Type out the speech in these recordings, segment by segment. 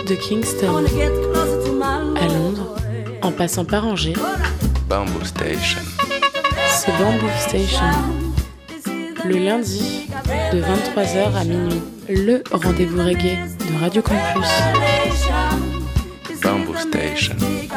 De Kingston à Londres, en passant par Angers, Bamboo Station. c'est Bamboo Station. Le lundi, de 23h à minuit, le rendez-vous reggae de Radio Campus. Bamboo Station.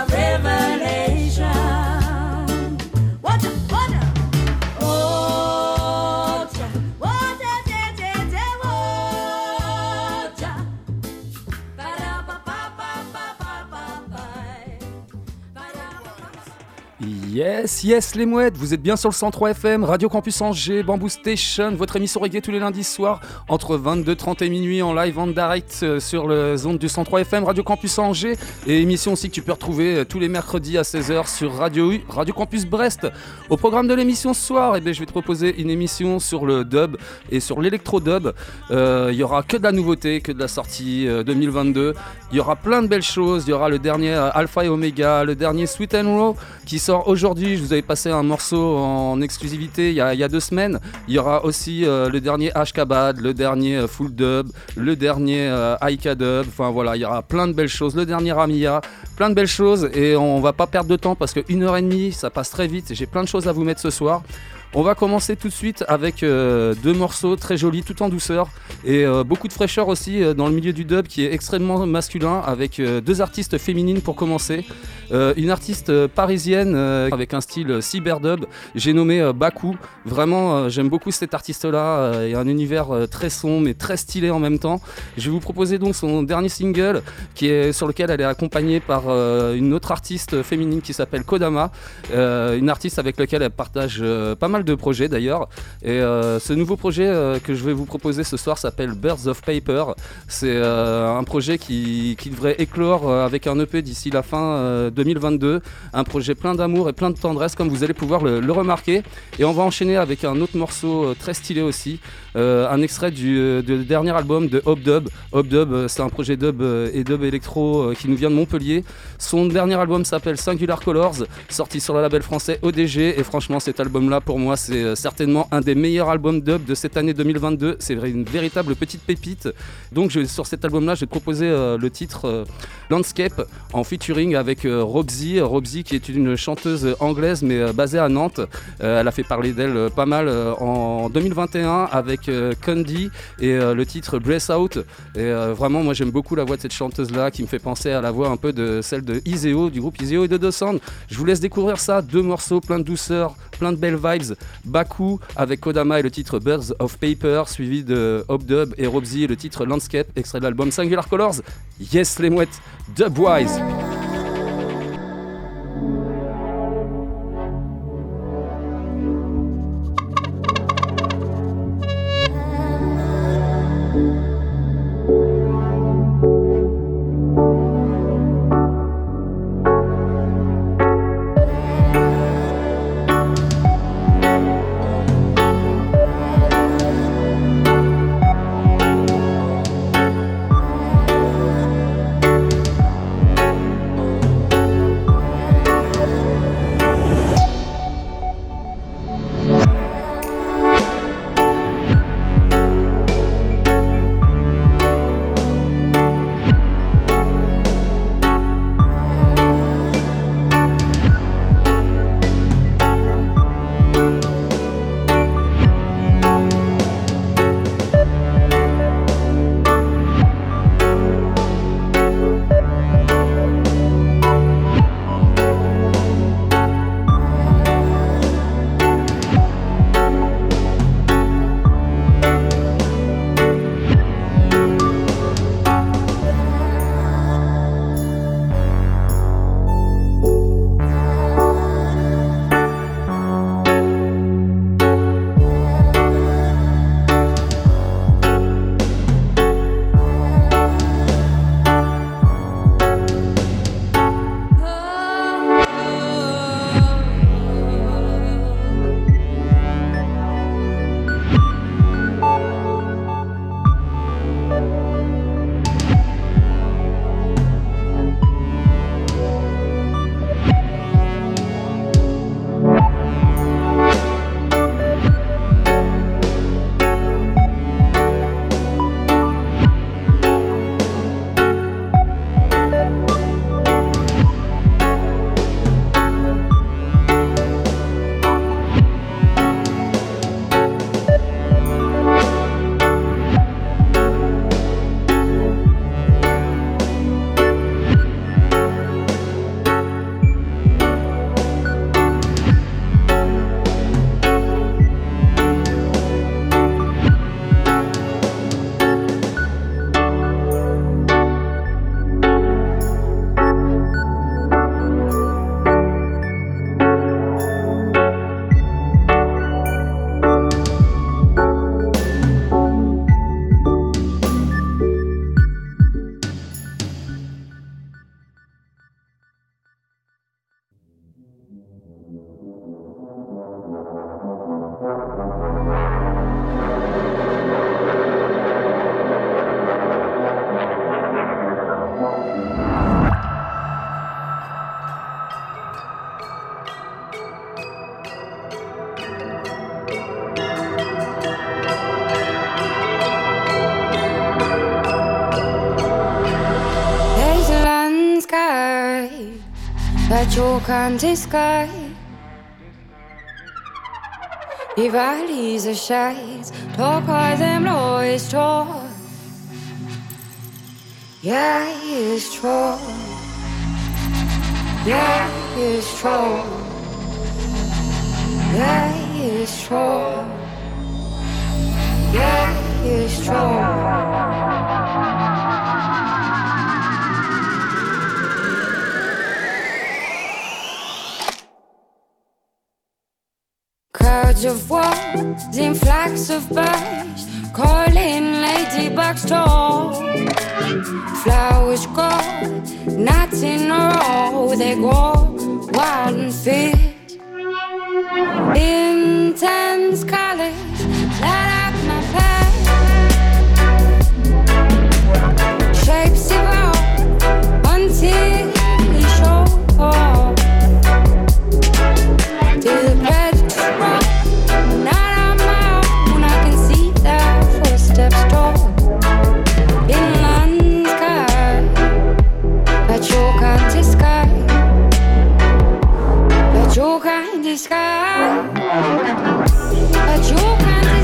Yes les mouettes, vous êtes bien sur le 103 FM, Radio Campus Angers, Bamboo Station, votre émission reggae tous les lundis soirs entre 22h30 et minuit en live en direct sur les ondes du 103 FM, Radio Campus Angers, et émission aussi que tu peux retrouver tous les mercredis à 16h sur Radio Campus Brest. Au programme de l'émission ce soir, je vais te proposer une émission sur le dub et sur l'électro-dub. Il y aura que de la nouveauté, que de la sortie 2022. Il y aura plein de belles choses, il y aura le dernier Alpha et Omega, le dernier Sweet and Raw qui sort aujourd'hui. Je vous avais passé un morceau en exclusivité il y a 2 semaines. Il y aura aussi le dernier Ashkabad, le dernier Full Dub, le dernier Aika Dub. Enfin voilà, il y aura plein de belles choses. Le dernier Ramia, plein de belles choses. Et on va pas perdre de temps parce que 1h30, ça passe très vite. J'ai plein de choses à vous mettre ce soir. On va commencer tout de suite avec 2 morceaux très jolis, tout en douceur et beaucoup de fraîcheur aussi dans le milieu du dub qui est extrêmement masculin avec 2 artistes féminines pour commencer. Une artiste parisienne avec un style cyberdub, j'ai nommé Baku. Vraiment, j'aime beaucoup cet artiste-là et un univers très sombre mais très stylé en même temps. Je vais vous proposer donc son dernier single sur lequel elle est accompagnée par une autre artiste féminine qui s'appelle Kodama, une artiste avec laquelle elle partage pas mal de projets d'ailleurs. Et ce nouveau projet que je vais vous proposer ce soir s'appelle Birds of Paper. C'est un projet qui devrait éclore avec un EP d'ici la fin 2022. Un projet plein d'amour et plein de tendresse comme vous allez pouvoir le remarquer. Et on va enchaîner avec un autre morceau très stylé aussi. Un extrait du dernier album de Hopdub. Hopdub, c'est un projet dub et dub électro qui nous vient de Montpellier. Son dernier album s'appelle Singular Colors, sorti sur le label français ODG. Et franchement, cet album-là, pour moi, c'est certainement un des meilleurs albums dub de cette année 2022. C'est une véritable petite pépite. Donc, sur cet album-là, je vais te proposer le titre Landscape en featuring avec Robsy. Robsy, qui est une chanteuse anglaise mais basée à Nantes. Elle a fait parler d'elle pas mal en 2021 avec Candy et le titre Brace Out. Et vraiment, moi j'aime beaucoup la voix de cette chanteuse-là qui me fait penser à la voix un peu de celle de Iseo, du groupe Iseo et de The Sound. Je vous laisse découvrir ça, 2 morceaux plein de douceur, plein de belles vibes. Baku avec Kodama et le titre Birds of Paper, suivi de Hopdub et Robsy et le titre Landscape, extrait de l'album Singular Colors. Yes les mouettes, Dubwise. sky that you can't escape. Die Waliser Scheiß, talk all them noise talk. Yeah, it's true. Yeah, it's true. Yeah, it's true. Yeah, it's true. Crowds of wolves in flocks of birds, calling ladybugs tall. Flowers grow, nuts in a row, they grow wild and fierce. Intense colors light up my path. Shapes evolve until they show up. Till the bed not on my own, I can see their footsteps tall in London sky, but you can't escape, but you can't escape, but you can't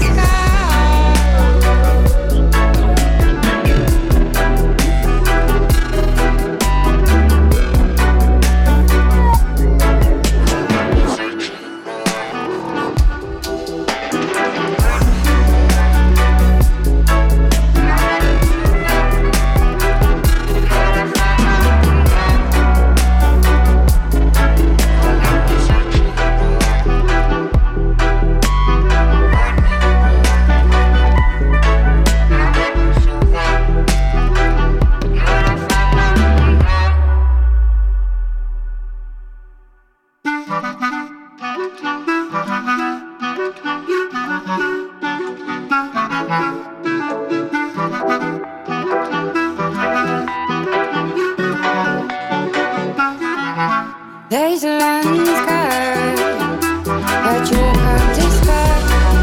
There's a London sky, but you can't escape.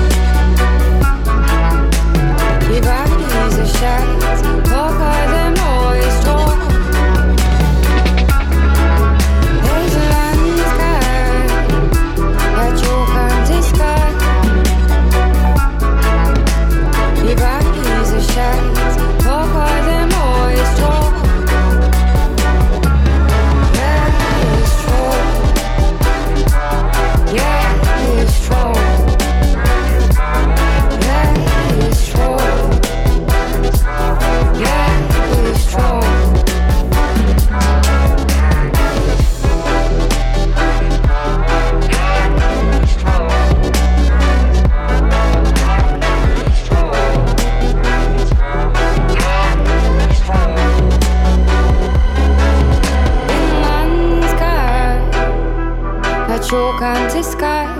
Your body's a shite, talk all them noise talk. There's a London sky, but you can't escape. Your body's a shite, talk all them noise talk. You can't escape.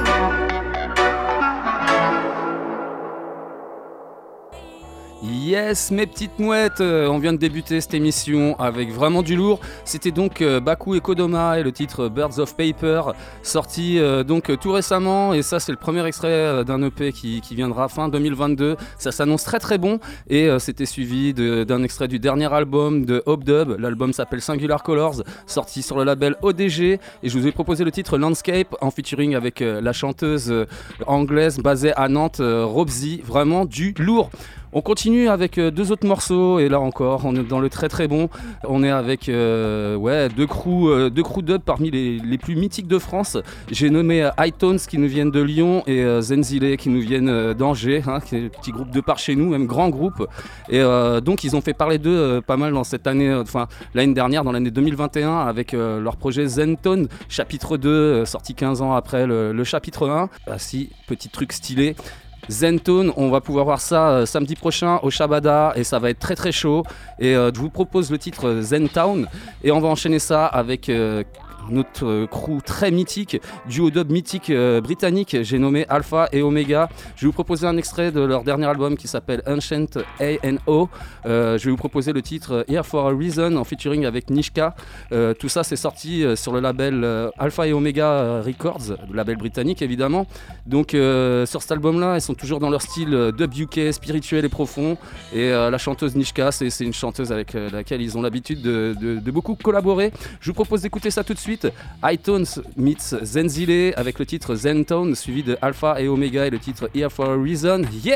Yes, mes petites mouettes, on vient de débuter cette émission avec vraiment du lourd. C'était donc Baku et Kodoma et le titre Birds of Paper, sorti donc tout récemment. Et ça, c'est le premier extrait d'un EP qui viendra fin 2022. Ça s'annonce très très bon. Et c'était suivi d'un extrait du dernier album de Hope Dub. L'album s'appelle Singular Colors, sorti sur le label ODG. Et je vous ai proposé le titre Landscape en featuring avec la chanteuse anglaise basée à Nantes, Robsy. Vraiment du lourd. On continue avec deux autres morceaux et là encore on est dans le très très bon. On est avec deux crews dub parmi les plus mythiques de France. J'ai nommé High-Tones qui nous viennent de Lyon et Zenzile qui nous viennent d'Angers, qui est un petit groupe de par chez nous, même grand groupe. Et donc ils ont fait parler d'eux pas mal dans cette année, l'année dernière, dans l'année 2021 avec leur projet Zentone, chapitre 2, sorti 15 ans après le chapitre 1. Ah si, petit truc stylé. Zentone, on va pouvoir voir ça samedi prochain au Shabada et ça va être très très chaud. Et je vous propose le titre Zentown et on va enchaîner ça avec un autre crew très mythique, duo dub mythique britannique, j'ai nommé Alpha et Omega. Je vais vous proposer un extrait de leur dernier album qui s'appelle Ancient A&O. Je vais vous proposer le titre Here for a Reason en featuring avec Nishka. Tout ça c'est sorti sur le label Alpha et Omega Records, le label britannique évidemment. Donc sur cet album là, ils sont toujours dans leur style dub UK, spirituel et profond. Et la chanteuse Nishka, c'est une chanteuse avec laquelle ils ont l'habitude de beaucoup collaborer. Je vous propose d'écouter ça tout de suite. High-Tones meets Zenzile avec le titre Zen-Tone, suivi de Alpha et Omega et le titre Here for a Reason. Yeah!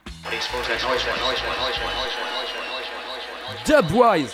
Dubwise!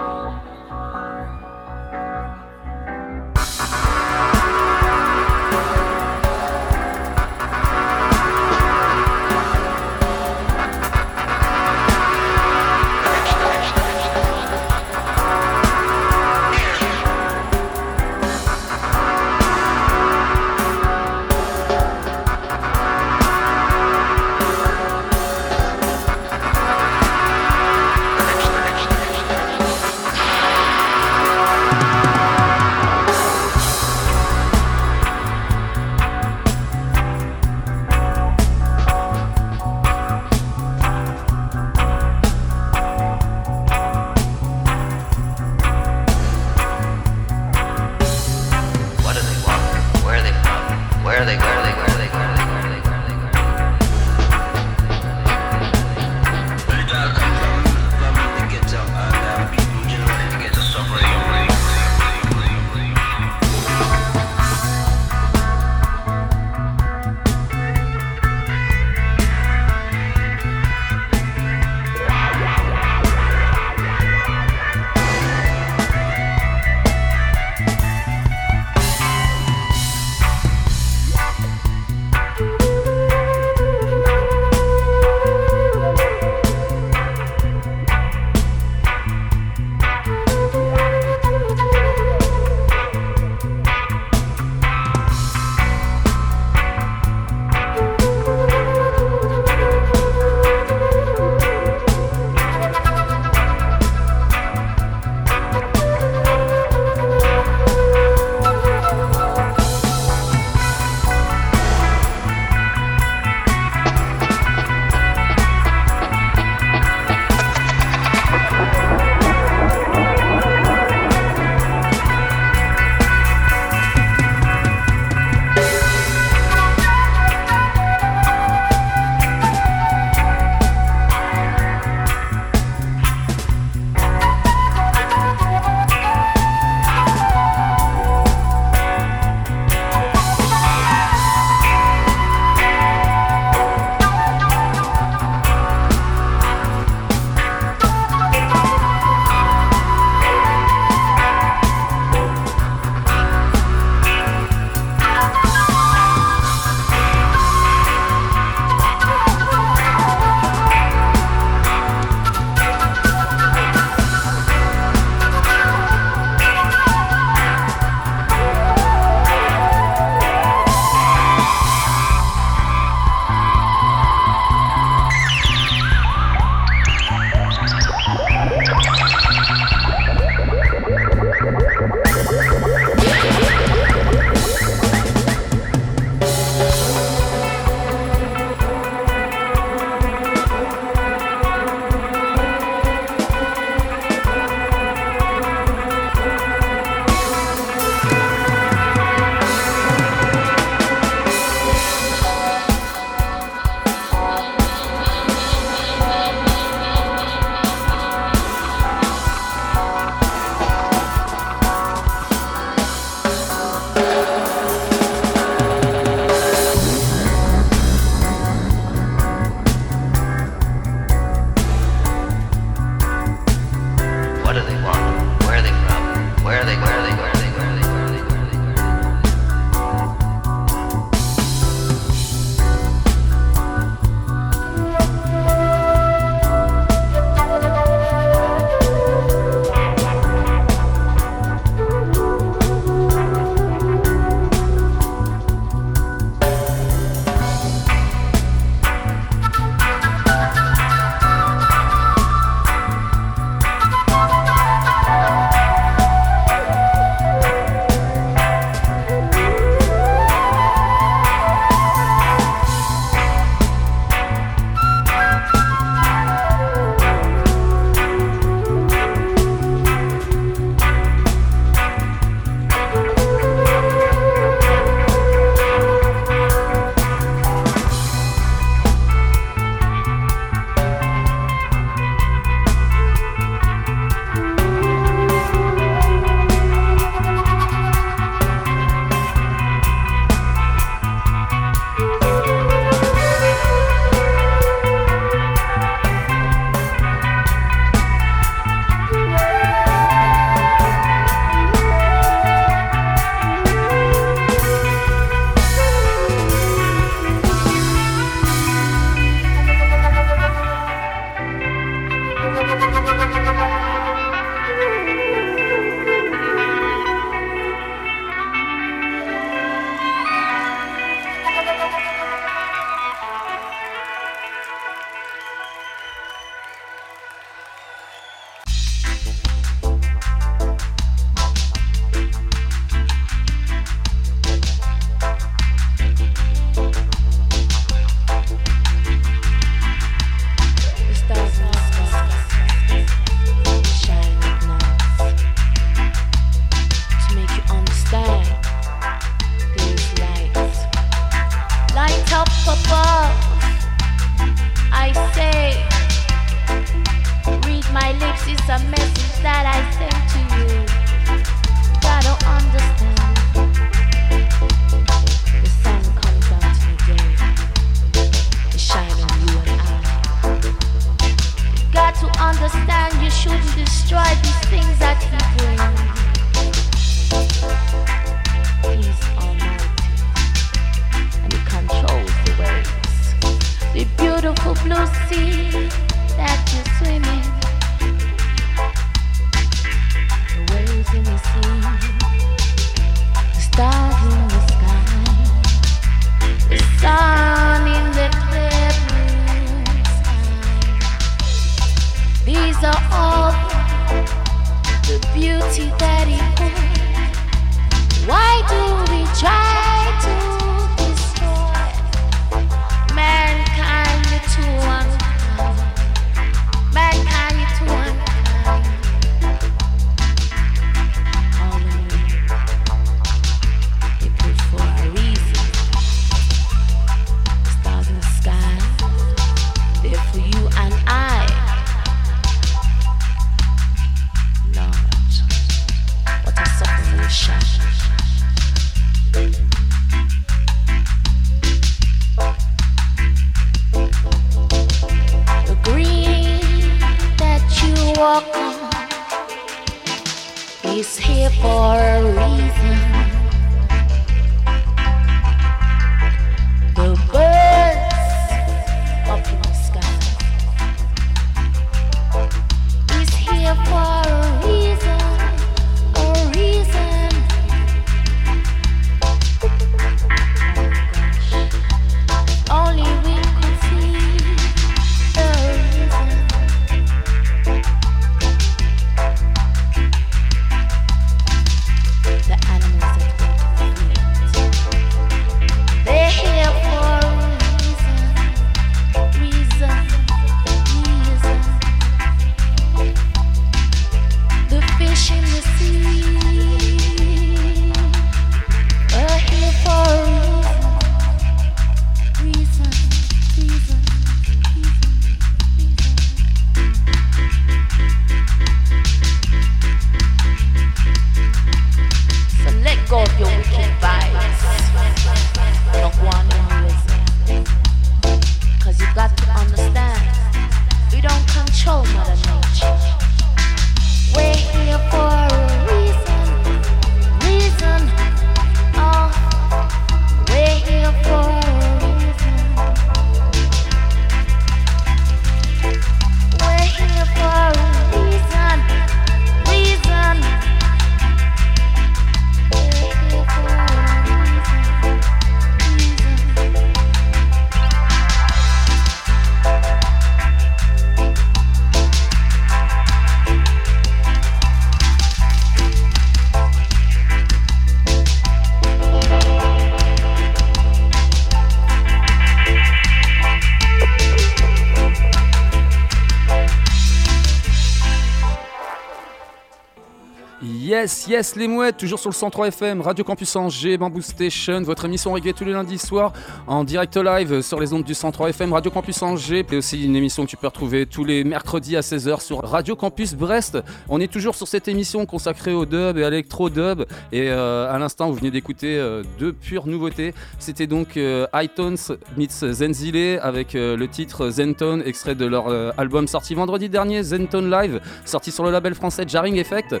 Yes, les mouettes, toujours sur le 103 FM, Radio Campus Angers, Bamboo Station, votre émission reggae tous les lundis soirs en direct live sur les ondes du 103 FM, Radio Campus Angers. Et aussi une émission que tu peux retrouver tous les mercredis à 16h sur Radio Campus Brest. On est toujours sur cette émission consacrée au dub et à l'électro-dub. Et à l'instant, vous venez d'écouter deux pures nouveautés. C'était donc High-Tones meets Zenzile avec le titre Zenton, extrait de leur album sorti vendredi dernier, Zenton Live, sorti sur le label français Jarring Effect. Et c'était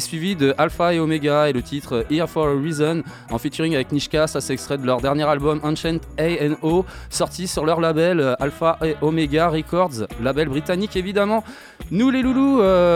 suivi de Alpha et Omega et le titre Here for a Reason en featuring avec Nishka. Ça c'est extrait de leur dernier album Ancient A&O, sorti sur leur label Alpha et Omega Records, label britannique évidemment. Nous les loulous,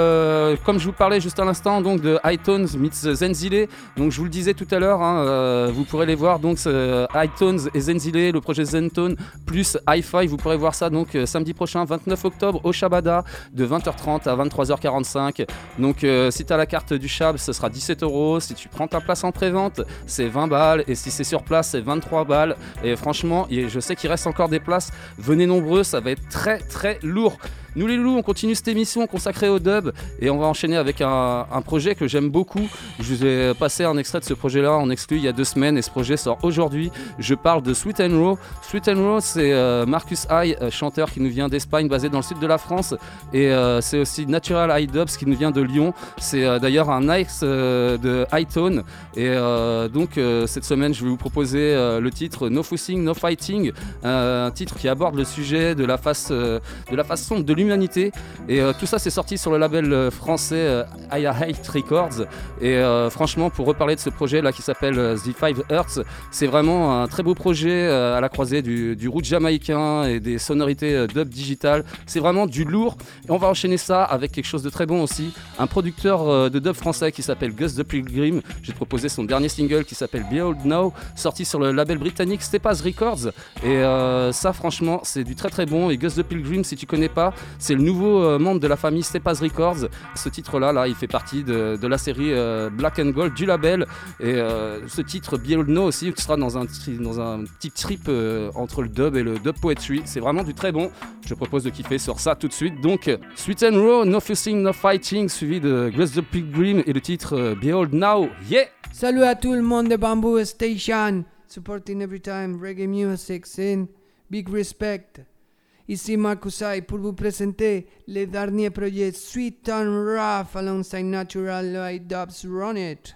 comme je vous parlais juste à l'instant donc de High-Tones meets Zenzile, donc je vous le disais tout à l'heure, vous pourrez les voir donc High-Tones et Zenzile, le projet Zentone plus Hi-Fi, vous pourrez voir ça donc samedi prochain 29 octobre au Shabada de 20h30 à 23h45. Donc si tu as la carte du Shab, ce sera 17€, si tu prends ta place en pré-vente, c'est 20 balles et si c'est sur place, c'est 23 balles et franchement, je sais qu'il reste encore des places, venez nombreux, ça va être très très lourd. Nous les loulous, on continue cette émission consacrée au dub et on va enchaîner avec un projet que j'aime beaucoup. Je vous ai passé un extrait de ce projet-là en exclu il y a 2 semaines et ce projet sort aujourd'hui. Je parle de Sweet and Raw. Sweet and Raw, c'est Marcus High, chanteur qui nous vient d'Espagne, basé dans le sud de la France, et c'est aussi Natural High Dubs qui nous vient de Lyon. C'est d'ailleurs un ex de High-Tone et donc cette semaine je vais vous proposer le titre No Fussing, No Fighting, un titre qui aborde le sujet de la face sombre de l'humanité et tout ça c'est sorti sur le label français I Hate Records et franchement pour reparler de ce projet là qui s'appelle The Five Earths, c'est vraiment un très beau projet à la croisée du root jamaïcain et des sonorités dub digital, c'est vraiment du lourd et on va enchaîner ça avec quelque chose de très bon aussi, un producteur de dub français qui s'appelle Gus the Pilgrim. J'ai proposé son dernier single qui s'appelle Behold Now, sorti sur le label britannique Stepaz Records et ça franchement c'est du très très bon. Et Gus the Pilgrim, si tu connais pas, c'est le nouveau membre de la famille Stepaz Records. Ce titre-là, il fait partie de la série Black and Gold du label. Et ce titre, Behold Now aussi, qui sera dans un petit trip entre le dub et le dub poetry. C'est vraiment du très bon. Je propose de kiffer sur ça tout de suite. Donc, Sweet and Raw, No Fussing, No Fighting, suivi de Gus the Pilgrim et le titre Behold Now. Yeah! Salut à tout le monde de Bamboo Station, supporting every time reggae music scene. Big respect. Ici Marcus High pour vous présenter les derniers projets Sweet and Rough alongside Natural High Dubs. Run it.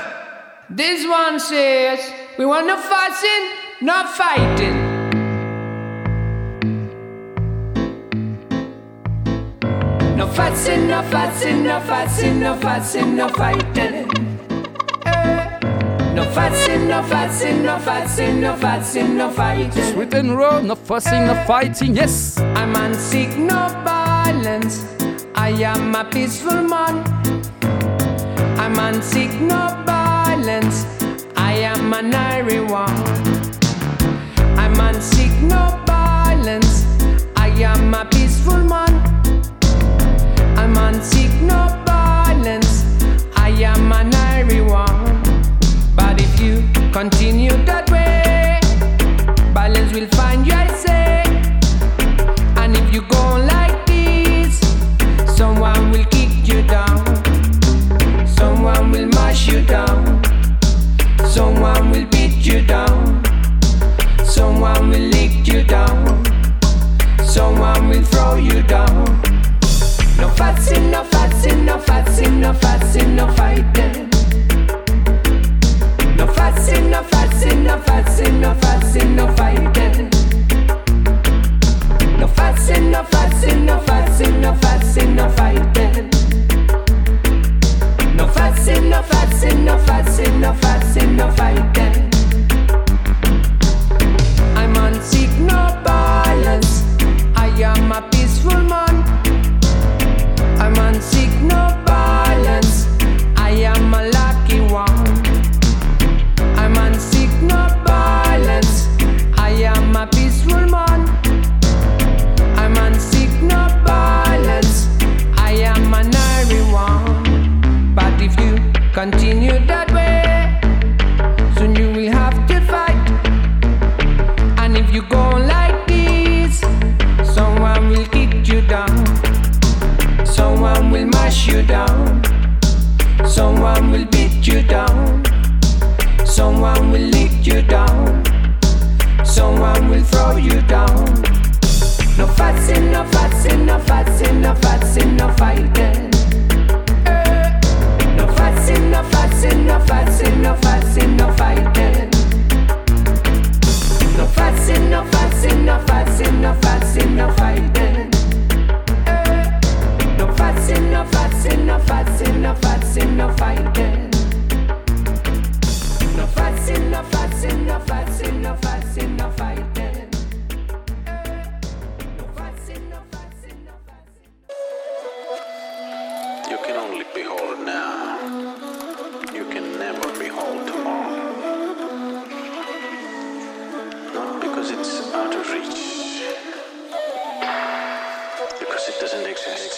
This one says we want no fussing, no fighting. No fussing, no fussing, no fussing, no fussing, no fighting. No fussing, no fussing, no fussing, no fussing, no fighting. Sweet and Raw, no fussing, no fighting, yes! I'm on seek no violence, I am a peaceful man. I'm on seek no violence, I am an irie one. I'm on seek no violence, I am a peaceful man. I'm on seek no violence, I am an irie one. But if you continue that way, balance will find you, I say. And if you go like this, someone will kick you down. Someone will mash you down. Someone will beat you down. Someone will lick you down. Someone will throw you down. No fussing, no fussing, no fussing, no fussing, no fighting. No fussing, no fussing, no fussing, no fussing, no fighting. No fussing, no fussing, no fussing, no fussing, no fighting. No fussing, no fussing, no fussing, no fussing, no fighting. I'm on seek no violence, I am a peaceful man. I'm on seek no violence, I am a lucky one. I'm on seek no violence, I am a peaceful man. I'm on seek no violence, I am an irie one. But if you continue that way, soon you will have to fight. And if you go like this, someone will kick you down. Someone will mash you down. Someone will beat you down. Someone will lick you down. Someone will throw you down. No fussing, no fussing, no fussing, no fussing, no fighting. No fussing, no fussing, no fussing, no fussing, no fighting. No fussing, no fussing, no fussing, no fussing, no fighting. No fussing, no fussing, no fussing, no fussing, no fighting. You can only behold now. You can never behold tomorrow. Not because it's out of reach, because it doesn't exist.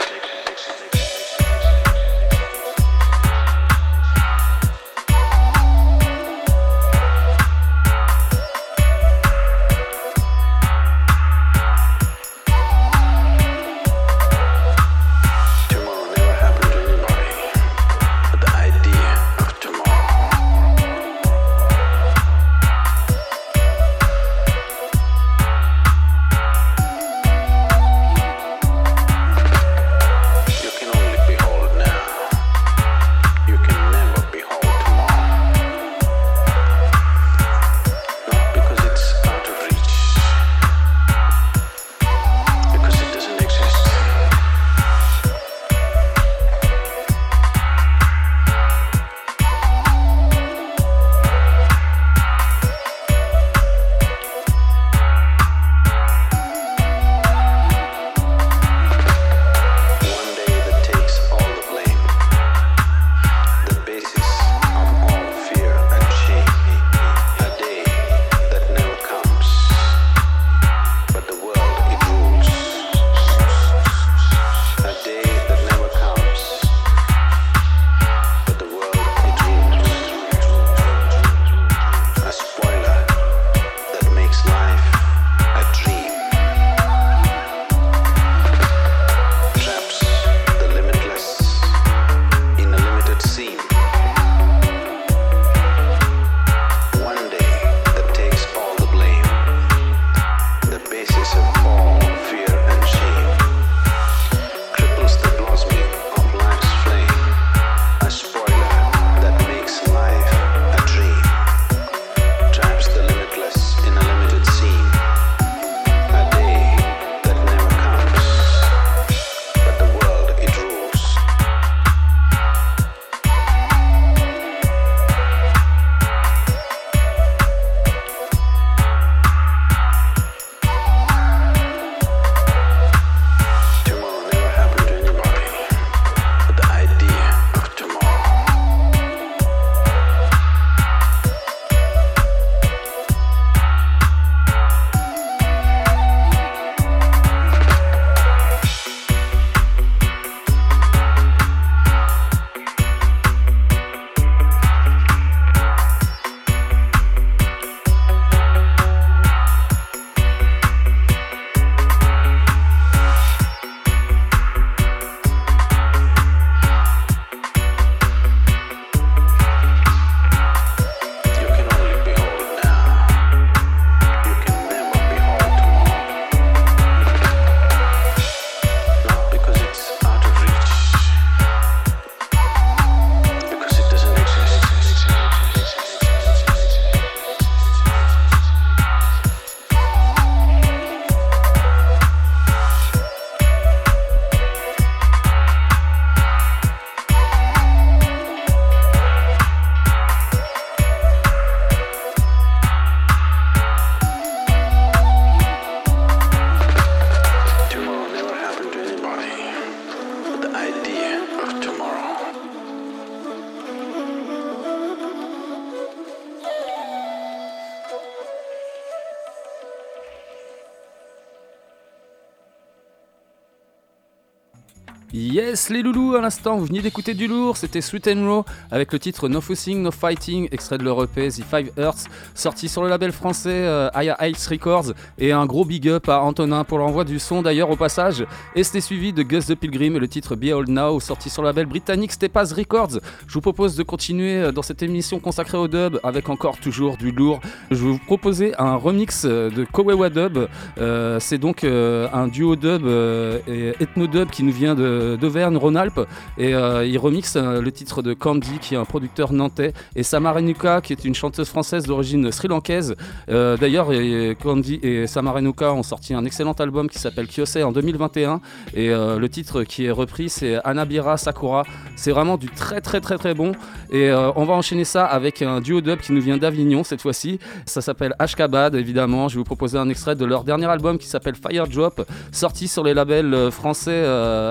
Yes, les loulous, à l'instant, vous veniez d'écouter du lourd, c'était Sweet and Raw avec le titre No Fussing, No Fighting, extrait de leur EP The 5 Earths, sorti sur le label français Aya Heights Records, et un gros big up à Antonin pour l'envoi du son d'ailleurs au passage. Et c'était suivi de Gus the Pilgrim et le titre Behold Now, sorti sur le label britannique Stepaz Records. Je vous propose de continuer dans cette émission consacrée au dub avec encore toujours du lourd. Je vais vous proposer un remix de Kowewa Dub, c'est donc un duo dub et ethno-dub qui nous vient d'Auvergne-Rhône-Alpes, et il remixe le titre de Candy qui est un producteur nantais, et Samara Renuka qui est une chanteuse française d'origine sri-lankaise. D'ailleurs, Candy et Samara Renuka ont sorti un excellent album qui s'appelle Kyosei en 2021, et le titre qui est repris c'est Anabira Sakura. C'est vraiment du très très très très bon, et on va enchaîner ça avec un duo dub qui nous vient d'Avignon cette fois-ci. Ça s'appelle Ashkabad évidemment. Je vais vous proposer un extrait de leur dernier album qui s'appelle Fire Drop, sorti sur les labels français Absil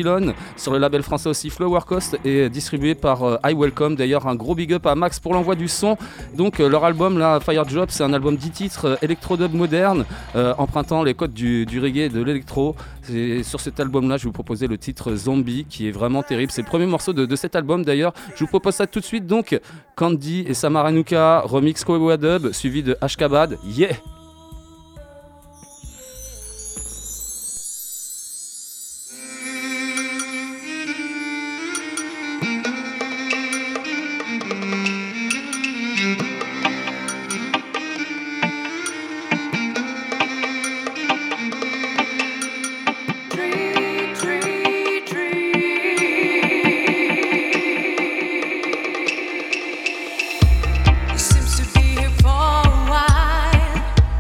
Babylon sur le label français aussi Flower Coast et distribué par I Welcome. D'ailleurs, un gros big up à Max pour l'envoi du son. Donc leur album là, Fire Job, c'est un album 10 titres électro-dub moderne, empruntant les codes du reggae et de l'électro. Et sur cet album là, je vais vous proposer le titre Zombie qui est vraiment terrible. C'est le premier morceau de cet album d'ailleurs. Je vous propose ça tout de suite. Donc Candy et Samaranuka, remix Kowewa Dub, suivi de Ashkabad. Yeah! Seems to be here for a while.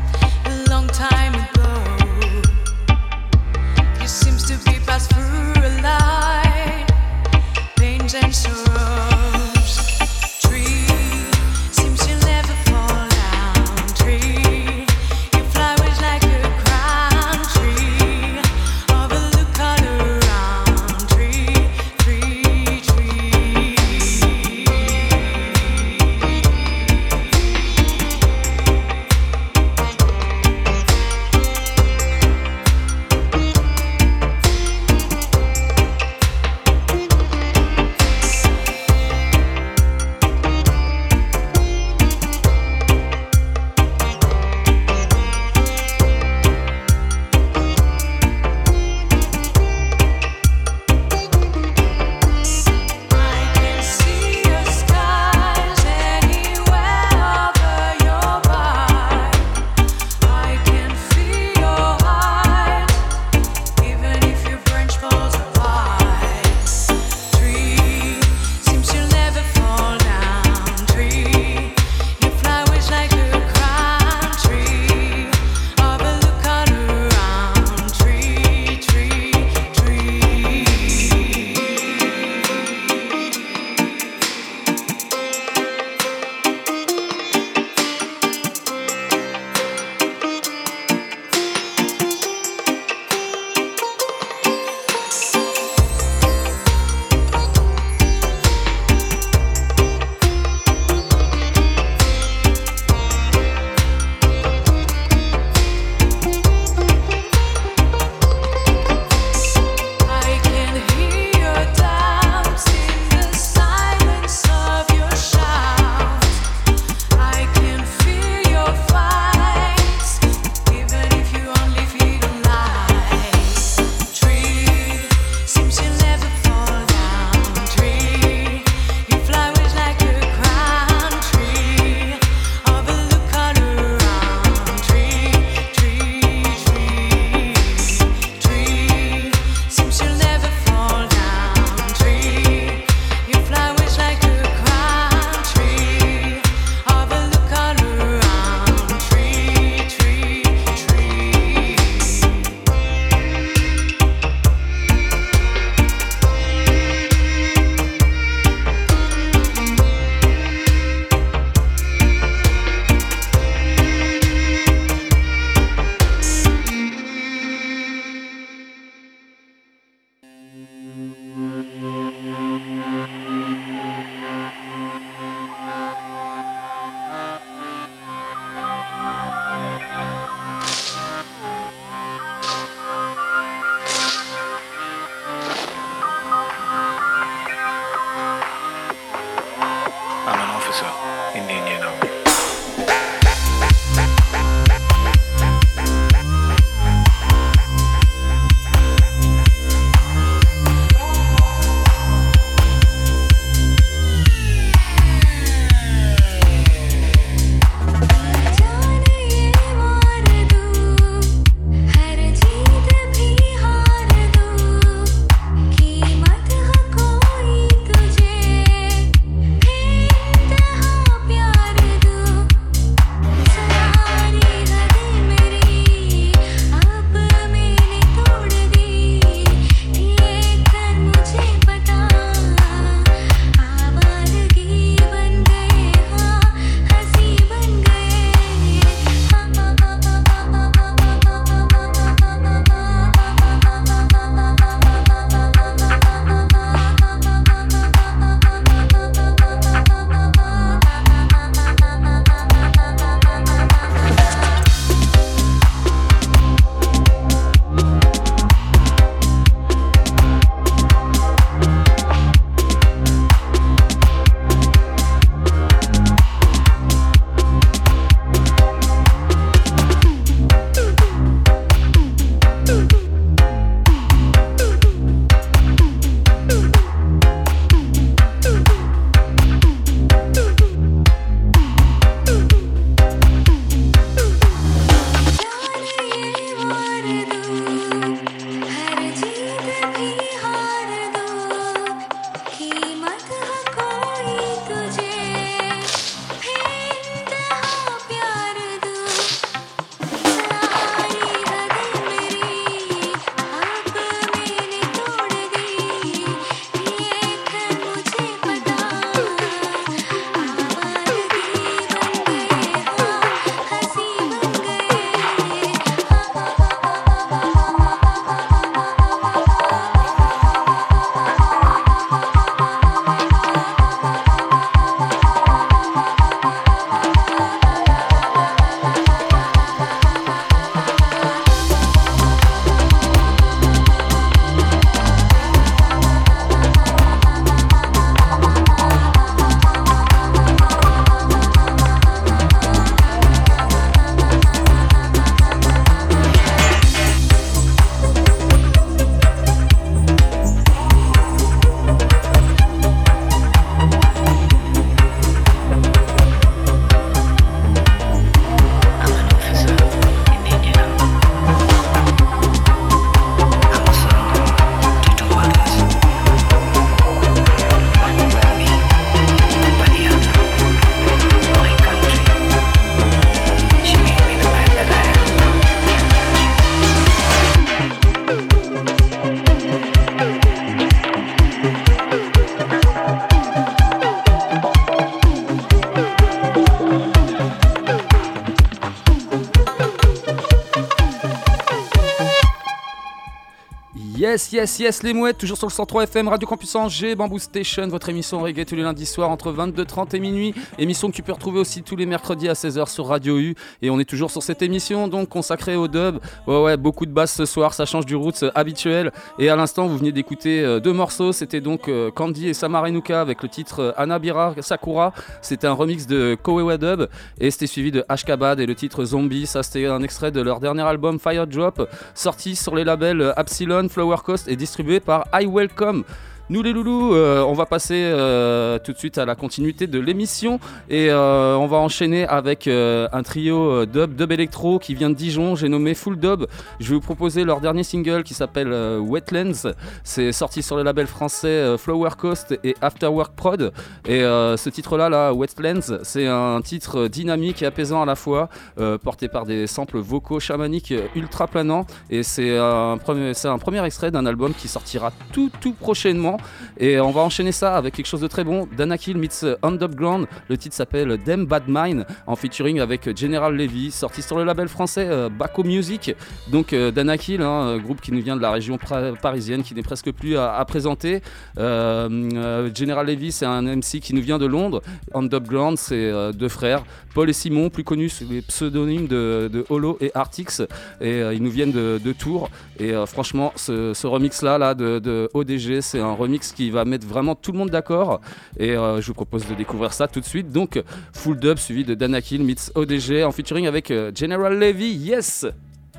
Yes, les mouettes, toujours sur le 103 FM, Radio Campus Angers, Bamboo Station, votre émission reggae tous les lundis soirs entre 22h30 et minuit. Émission que tu peux retrouver aussi tous les mercredis à 16h sur Radio U. Et on est toujours sur cette émission, donc consacrée au dub. Ouais, beaucoup de basses ce soir, ça change du roots habituel. Et à l'instant, vous venez d'écouter deux morceaux. C'était donc Candy et Samarenuka avec le titre Anabira Sakura. C'était un remix de Kowewa Dub. Et c'était suivi de Ashkabad et le titre Zombie. Ça, c'était un extrait de leur dernier album Fire Drop, sorti sur les labels Epsilon, Flower Coast et distribué par I Welcome. Nous les loulous, on va passer tout de suite à la continuité de l'émission et on va enchaîner avec un trio dub électro qui vient de Dijon, j'ai nommé Full Dub. Je vais vous proposer leur dernier single qui s'appelle Wetlands. C'est sorti sur le label français Flower Coast et Afterwork Prod. Et ce titre-là, Wetlands, c'est un titre dynamique et apaisant à la fois, porté par des samples vocaux chamaniques ultra planants. Et c'est un premier extrait d'un album qui sortira tout prochainement. Et on va enchaîner ça avec quelque chose de très bon. Danakil meets Underground. Le titre s'appelle Damn Bad Mind, en featuring avec General Levy, sorti sur le label français Baco Music. Donc Danakil, groupe qui nous vient de la région parisienne, qui n'est presque plus à présenter. General Levy, c'est un MC qui nous vient de Londres. Underground, c'est deux frères, Paul et Simon, plus connus sous les pseudonymes de Holo et Artix. Et ils nous viennent de Tours. Et franchement, ce remix-là de ODG, c'est un remix qui va mettre vraiment tout le monde d'accord. Et je vous propose de découvrir ça tout de suite. Donc, Full Dub suivi de Danakil meets ODG en featuring avec General Levy. Yes!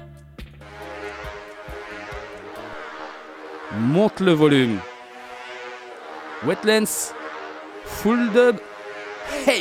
Monte le volume. Wetlands, Full Dub. Hey!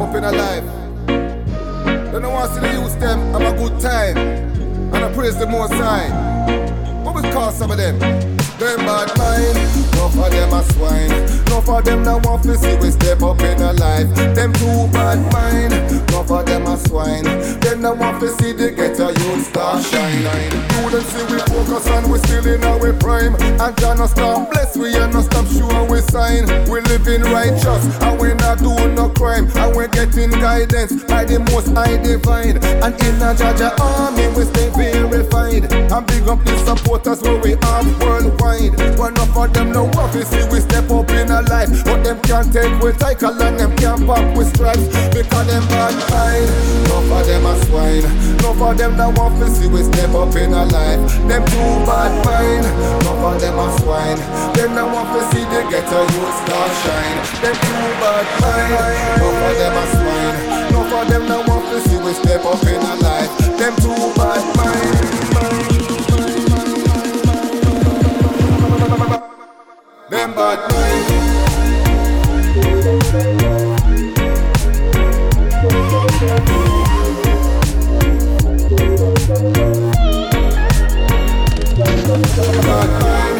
up in a life. They don't want to see the youth them have a good time. And I praise the Most High. What will call some of them? Them bad mind, no for them a swine. No for them that want to see we step up in a life. Them too bad mind, no for them a swine. Them that want to see the ghetto youth star shine. Do them see we focus and we still in our prime. And God no stop bless we and no stop sure we sign. We living righteous and we not doing no crime. And we getting guidance by the Most High Divine. And in a Jaja army we stay verified. And big up the supporters where we have worldwide. One up for them no office, see we step up in a life. But them can't take with cycle and them can't pop with stripes. Because them bad mind, no for them a swine. No for them that want to see we step up in a life. Them too bad mind, no for them a swine. Them that want to see the ghetto youth star shine. Them too bad mind, no for them a swine. No for them that want to see we step up in a life. Them too bad mind. Them bad mind. Bad mind.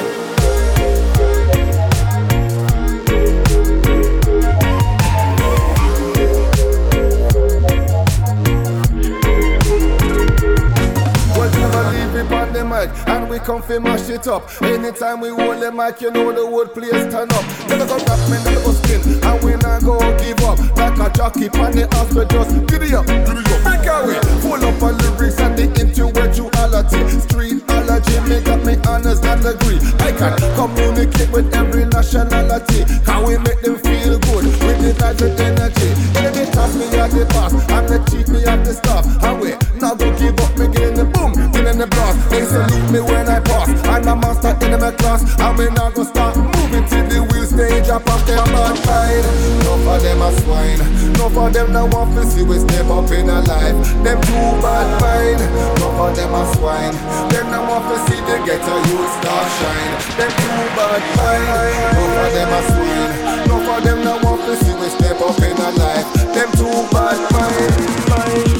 On the mic, and we come fi mash it up. Anytime we hold the mic, you know the whole place turn up. Never go rap, man, never go spin, and we not go give up. Like a jockey on the house, we just giddy up, break away. Full up on lyrics and the intellectuality. Street allergy, make up me honest and agree. I can communicate with every nationality. Can we make them feel good with the night with energy? Enemy task me at the pass, and they cheat me at the start. And we not go give up, me get in the boom, get in the blast. They salute me when I pass. I'm a master in my class. And we not go start moving till the wheel stage up off them bad mind. No for them a swine. No for them that want to see we step up in a life. Them too bad mind. No for them a swine. Them that want to see the ghetto youth star shine. Them too bad mind. No for them a swine. No for them that want to see we step up in a life. Them too bad mind.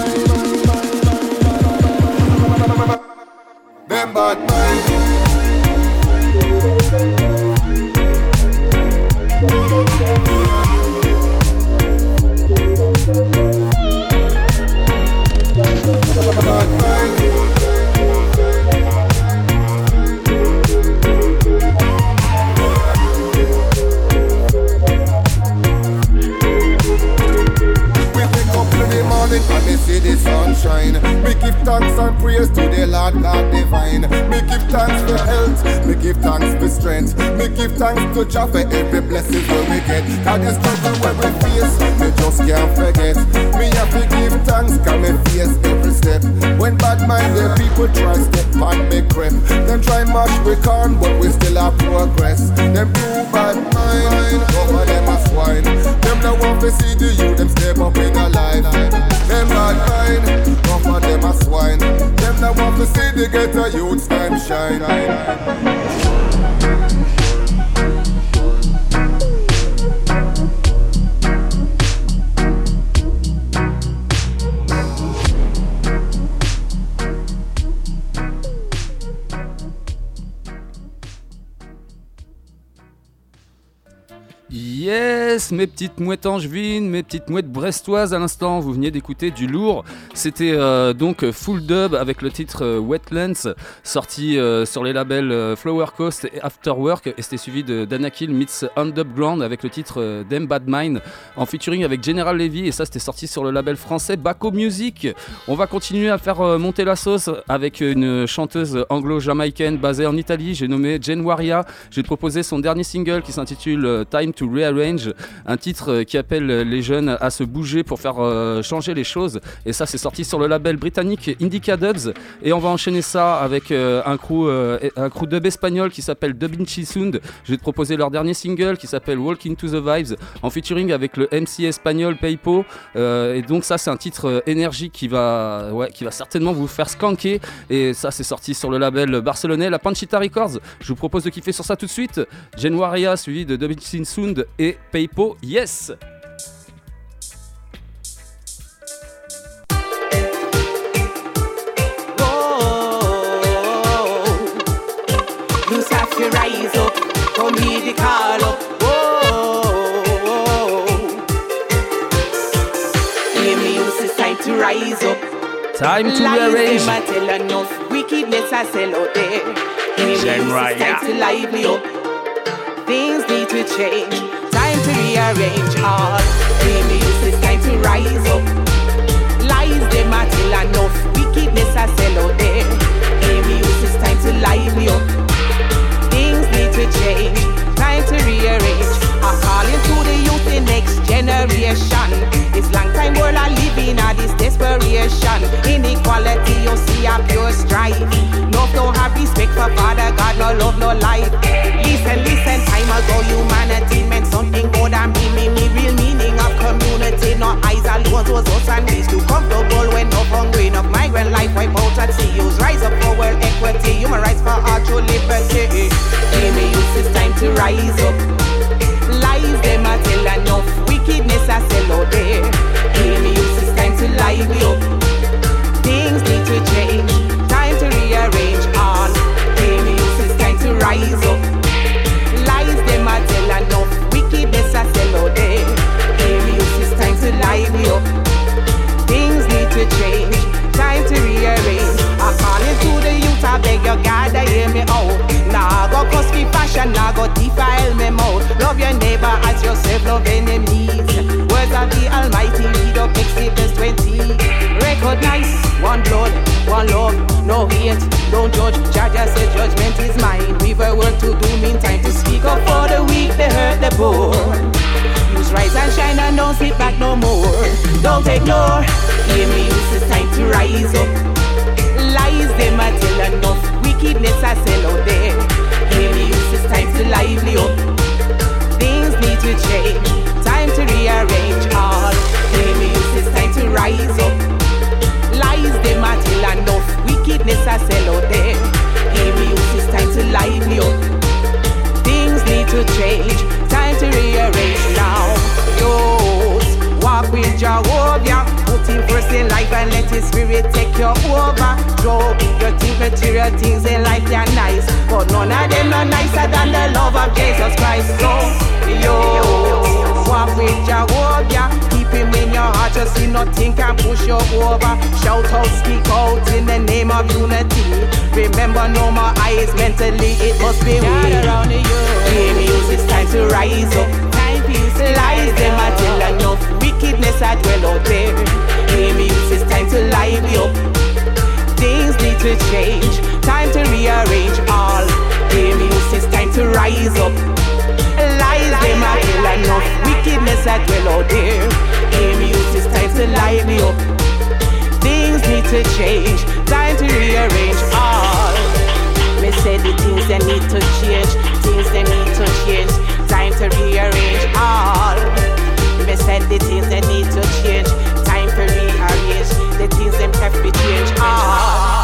Them bad mind. And me see the sunshine. Me give thanks and praise to the Lord God divine. Me give thanks for health. Me give thanks for strength. Me give thanks to Jah for every blessing that we get. Cause the struggle where we face, me just can't forget. Me have to give thanks cause me face every step. When bad minded people try step on me crep. Them try mash we can but we still have progress. Them too bad mind, over them a swine. Them that want to see the youth, them step up in a life. Them bad mind, no for them a swine. Them that want to see the ghetto youths time shine. Yes, mes petites mouettes angevines, mes petites mouettes brestoises à l'instant, vous veniez d'écouter du lourd. C'était donc Full Dub avec le titre Wetlands, sorti sur les labels Flower Coast et Afterwork, et c'était suivi de Danakil meets Underground avec le titre Them Bad Mind en featuring avec General Levy, et ça c'était sorti sur le label français Baco Music. On va continuer à faire monter la sauce avec une chanteuse anglo-jamaïcaine basée en Italie, j'ai nommé Jen Waria. Je vais te proposer son dernier single qui s'intitule Time to Rearrange, un titre qui appelle les jeunes à se bouger pour faire changer les choses, et ça c'est sorti sur le label britannique Indica Dubs. Et on va enchaîner ça avec un crew dub espagnol qui s'appelle Dubinchi Sound. Je vais te proposer leur dernier single qui s'appelle Walk Into the Vibes en featuring avec le MC espagnol Peipo, et donc ça c'est un titre énergique qui va certainement vous faire skanker, et ça c'est sorti sur le label barcelonais La Panchita Records. Je vous propose de kiffer sur ça tout de suite. Jen Waria suivi de Dubinchi Sound et Peipo, yes. come hear the call up. Hear me, it's time to rise up. Time to rearrange. Lies them a tell enough wickedness I sell out there. Hear me, it's time to lively up. Things need to change. Time to rearrange all. Hear me, it's time to rise up. Lies them a tell enough wickedness I sell out there. Hear me, it's time to lively up. Things need to change. Time to rearrange. I'm calling to the youth, the next generation. This long time world I live in, this desperation. Inequality, you see a pure strife. Love don't have respect for Father God, no love, no life. Listen, time ago humanity meant something more than me. Real meaning of community, no eyes alone was us and these too comfortable when no hungry enough. Migrant life wipe out at CEOs. Rise up for world equity, human rights for all true liberty. Hear me, youth, it's time to rise up. Lies them a tell enough wickedness I sell out there. Hear me, youth, it's time to lively up. Things need to change. Time to rearrange all. Hear me, youth, it's time to rise up. Lies them a tell enough wickedness I sell out there. Hear me, youth, it's time to lively up. Things need to change. Time to rearrange. I'm calling to the youth, I beg you God to hear me out. Nah go cause me fashion, nah go defile me mouth. Love your neighbor as yourself, love enemies. Words of the Almighty, read up Exodus 20. Recognize one blood, one love, no hate, don't judge. Jah said judgment is mine. We've a work to do, meantime to speak up for the weak, they hurt the poor. Use rise and shine and don't sit back no more. Don't ignore. Hear me, it's time to rise up. Lies them a tell enough wickedness I sell out there. Hear me, it's time to lively up. Things need to change. Time to rearrange all. Hear me, it's time to rise up. Lies them a tell enough wickedness I sell out there. Hear me, it's time to lively up. Things need to change. Time to rearrange now. Youth, walk with Jehovah. Put him first in life and let his spirit take you over. Job, you think material things in life they're nice, but none of them are nicer than the love of Jesus Christ. So, walk with Jehovah. Keep him in your heart, just see nothing can push you over. Shout out, speak out in the name of unity. Remember, no more eyes mentally, it must be we. Around the youth. Hear me, it's time to rise up. Time peace, lies them a tell enough wickedness I dwell out there. Hear me, it's time to lively up. Things need to change. Time to rearrange all. Hear me, it's time to rise up. Lies them a tell enough wickedness I dwell out there. Hear me, it's time to lively up. Things need to change. Time to rearrange all. Me say the things they need to change. Things they need to change. Time to rearrange all. Me said the things they need to change. Time to rearrange. The things them have to change all.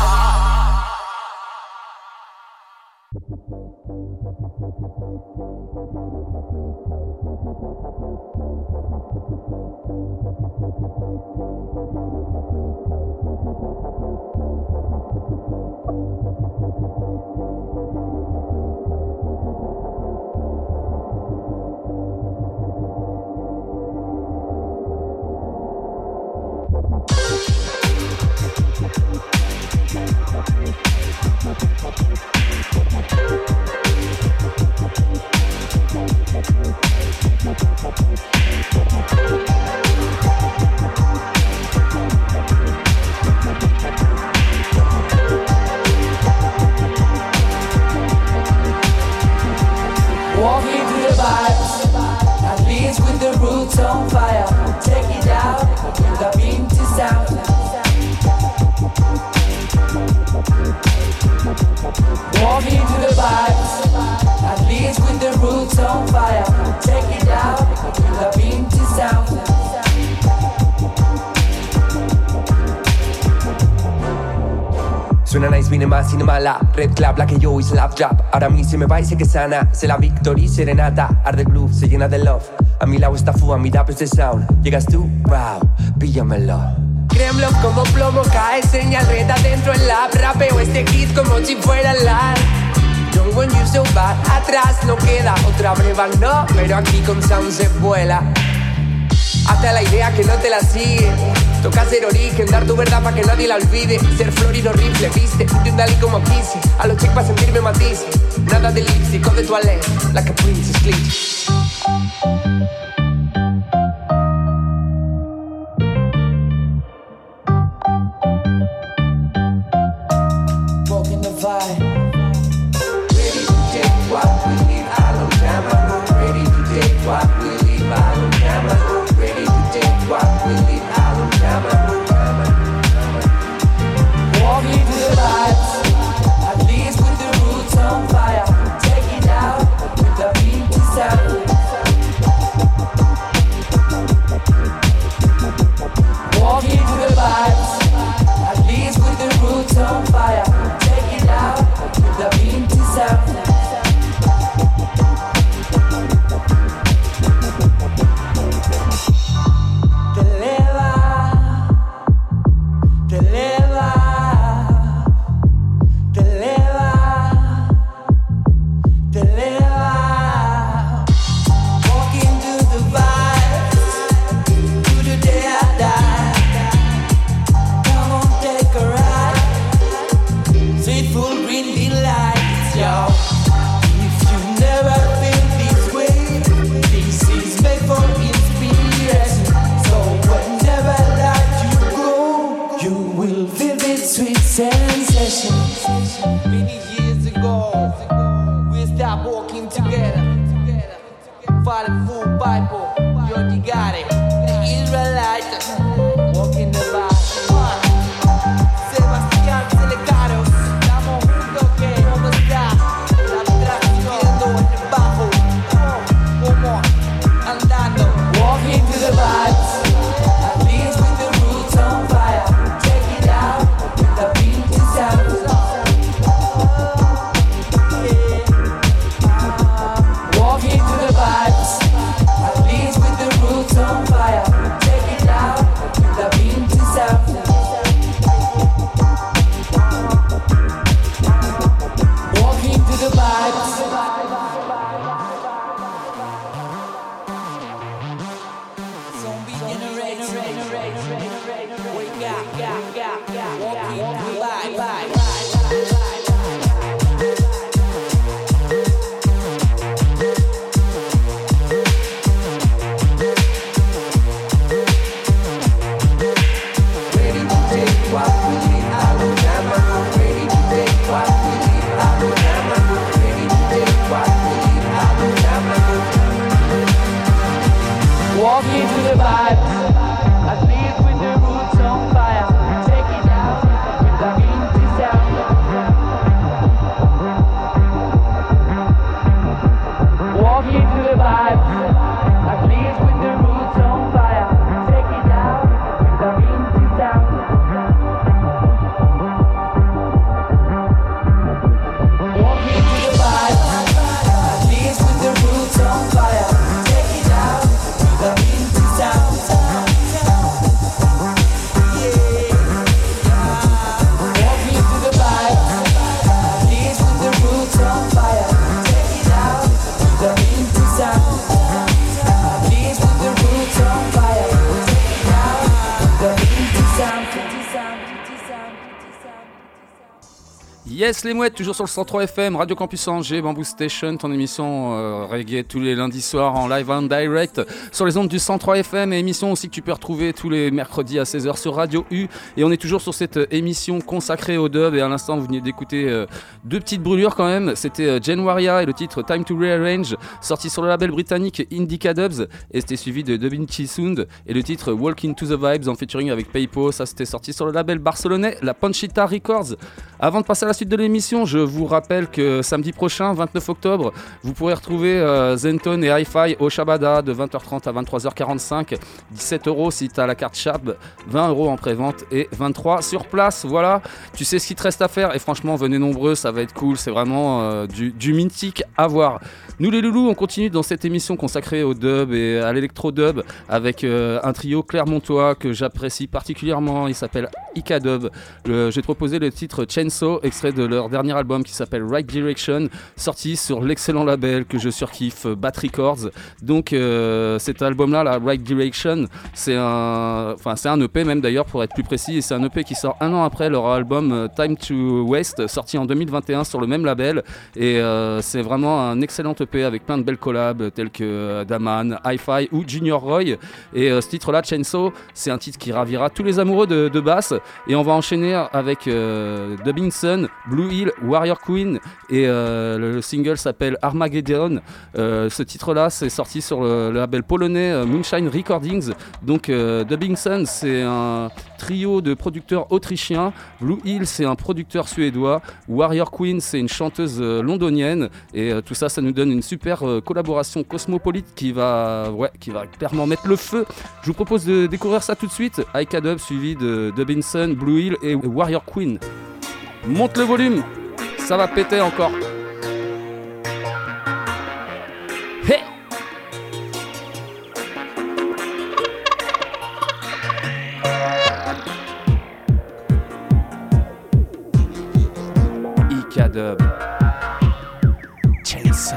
Walking through the vibes, at least with the roots on fire. Take it out with the Binti sound. Walking through the vibes, at least with the roots on fire. Take it out with the Binti sound. Suena nice, viene más y no mala. Red Club, la que yo y slap jab. Ahora a mí se me va y sé que sana. Sé la victory, serenata. Arde groove, se llena de love. A mi lado está Fu, a mi rap es de sound. Llegas tú, wow, píllamelo. Créemelo como plomo, cae señal red adentro el lab. Rapeo este hit como si fuera live. Don't want you so bad. Atrás no queda otra breva, no, pero aquí con sound se vuela. Hasta la idea que no te la sigue. Toca ser origen, dar tu verdad pa' que nadie la olvide. Ser florido horrible, viste, de un Dalí como Kissy. A los chicos pa' sentirme matiz. Nada de lipstick o de toilette, like a princess glitch. Walking the vibe. Ready to take what we leave, I don't jam ago. Ready to take what we leave, I don't jam ago. Ready to take what we leave, I don't jam ago. Walking to the vibes. At least with the roots on fire. Take it out with the beat sound. Walking to the vibes. At least with the roots on fire. Take it out with the beat sound. Many years ago, we stopped walking together. Falling full Bible, you got it. The Israelite, walking the line. Sebastián Selecaros, estamos juntos que cómo está la trayendo el bajo, como andando. Walking to the vibes, at least with the roots on fire. Take it out with the beat sound. Walking to the vibes, at least with the roots on fire. Take it out with the beat sound. Walking to the vibes. Zombie generation, wake up, walking to the vibe. Walking to the vibes, at least with the roots on fire. Take it out with the beat sound. Walking to the vibes, at least with the roots on fire. Take it out with the beat sound. Walking to the vibes, at least with the roots on fire. Take it out. The beat sound. Walking to the vibe, at least with the roots on fire. Take it out. The beat sound. At least with the roots on fire. Take it out. The beat sound. Yes les mouettes, toujours sur le 103 FM, Radio Campus Angers, Bamboo Station, ton émission reggae tous les lundis soirs en live and direct sur les ondes du 103 FM, et émission aussi que tu peux retrouver tous les mercredis à 16h sur Radio U. Et on est toujours sur cette émission consacrée au dub, et à l'instant vous venez d'écouter deux petites brûlures quand même. C'était Januaria et le titre Time to Rearrange, sorti sur le label britannique Indica Dubs, et c'était suivi de Vinci Sound et le titre Walk Into the Vibes en featuring avec Paypo. Ça c'était sorti sur le label barcelonais La Panchita Records. Avant de passer à la suite de l'émission, je vous rappelle que samedi prochain, 29 octobre, vous pourrez retrouver Zenton et Hi-Fi au Shabada de 20h30 à 23h45. 17€ si tu as la carte Shab, 20€ en pré-vente et 23 sur place. Voilà, tu sais ce qu'il te reste à faire, et franchement, venez nombreux, ça va être cool. C'est vraiment du mythique à voir. Nous les loulous, on continue dans cette émission consacrée au dub et à l'électro-dub avec un trio clermontois que j'apprécie particulièrement. Il s'appelle Ika Dub. Je vais te proposer le titre Chainsaw, extrait extrait de leur dernier album qui s'appelle Right Direction, sorti sur l'excellent label que je surkiffe, Bat Records. Donc cet album-là, la Right Direction, c'est un EP même d'ailleurs pour être plus précis, et c'est un EP qui sort un an après leur album Time to Waste, sorti en 2021 sur le même label. Et c'est vraiment un excellent EP avec plein de belles collabs telles que Daman, Hi-Fi ou Junior Roy. Et ce titre-là, Chainsaw, c'est un titre qui ravira tous les amoureux de basse. Et on va enchaîner avec Dubbing Sun, Blue Hill, Warrior Queen, et le single s'appelle Armageddon. Ce titre-là, c'est sorti sur le label polonais Moonshine Recordings. Donc Dubbing Sun, c'est un trio de producteurs autrichiens. Blue Hill, c'est un producteur suédois. Warrior Queen, c'est une chanteuse londonienne. Et tout ça, ça nous donne une super collaboration cosmopolite qui va clairement mettre le feu. Je vous propose de découvrir ça tout de suite. Aika Dub suivi de Dubbing Sun, Blue Hill et Warrior Queen. Monte le volume, ça va péter encore. Hey! Aika Dub. Chainsaw.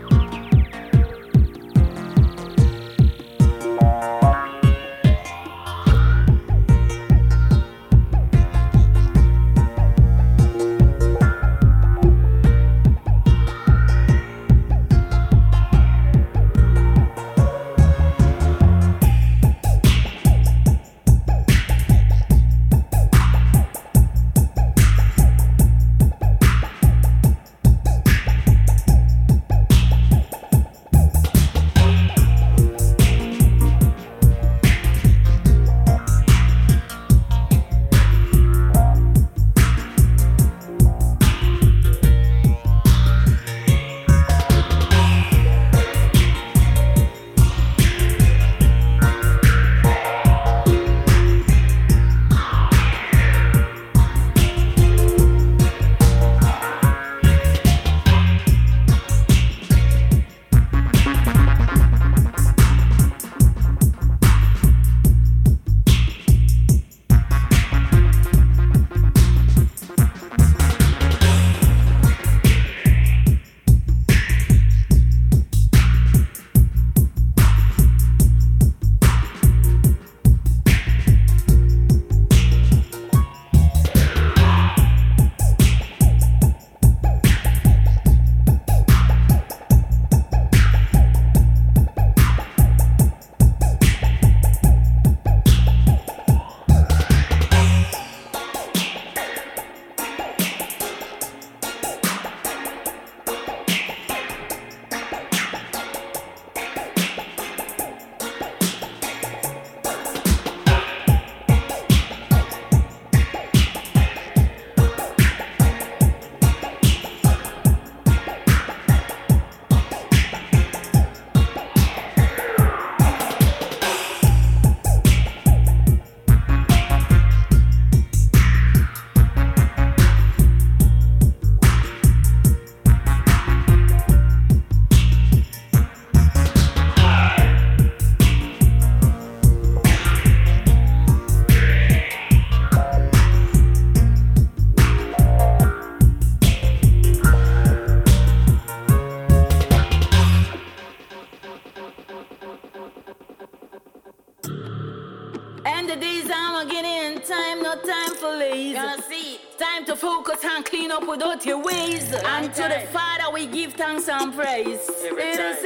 And the days I'm getting time, no time for lazy. Gonna see. Time to focus and clean up without your ways. And to the Father we give thanks and praise. Let us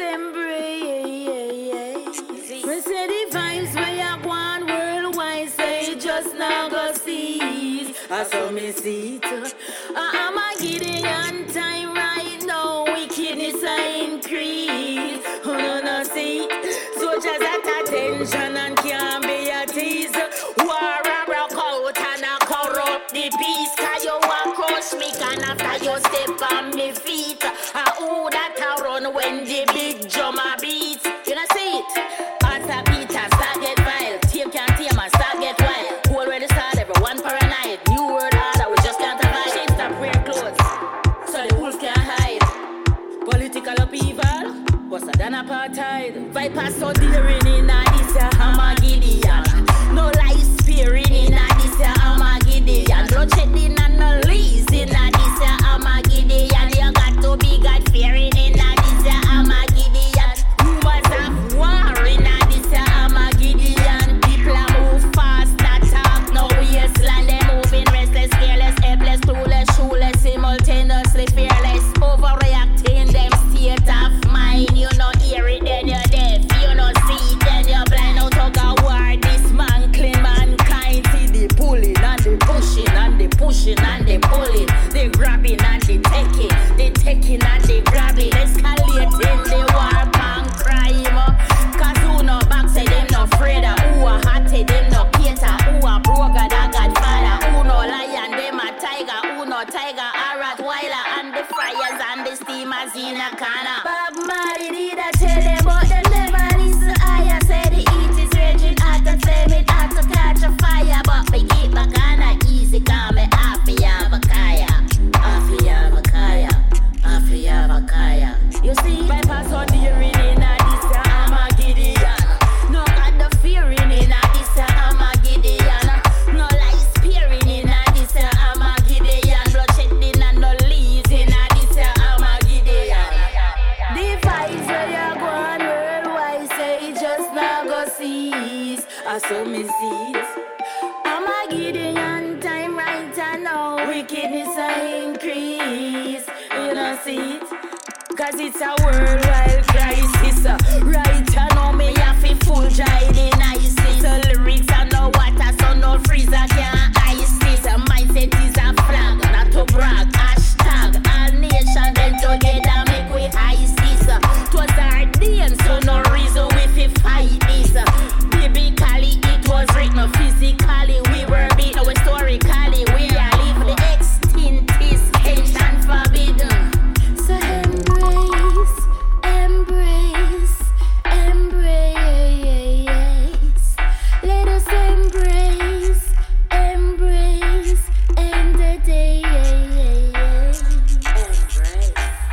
embrace. We say the vibes where you want worldwide, say just now go cease. I saw me see it. I'm a Gideon time right now. Wickedness I increase. Oh no, no, see. Soldiers at attention and can't be a tease. War and broke out and I corrupt the peace. Cause you want crush me can after you step on me feet. Who that I run when the big drummer beats. You know see it? As a beat and start get wild. Team can't team and start get wild. Already start everyone paranoid. New world order we just can't abide. Shapes stop wearing clothes so the wolf can't hide. Political upheaval worse than apartheid. Vipers so daring in this Armageddon. No life sparing in this Armageddon. Bloodshedding and no lease in this pushing and they pulling, they grabbing and they taking and they grabbing, escalating the war and crime. Cause who no back say them no afraid of, who a hot say them no cater, who a broker that Godfather, who no lion them a tiger, who no tiger a Rottweiler, and the fires and the steamers in a corner. Bob Marley did I tell them but they never listen. I say the heat is raging hot and flame it hot to catch a fire, but me keep back on a easy call me Afiyavakaya. You see, my pass on the ring in a this Armageddon. No got the fearing in a this Armageddon. No lies spearing in a this Armageddon. Bloodshedding and no leaves in a this Armageddon. The vibes where you go on worldwide say it just now go cease. I saw me see it. Armageddon time right now. Wickedness a increase. You don't see it, cause it's a worldwide crisis. Right now me have to full dry the nicest. Lyrics are no water, so no freezer can't ice this. Mindset is a flag, not to brag. Hashtag, all nation then together make we ice this. 'Twas our day, so no reason we fi fight this. Biblically it was written, physically we were beaten, historically we are live the extinct is ancient forbidden. So embrace, embrace, embrace. Let us embrace, embrace, end the day. Embrace.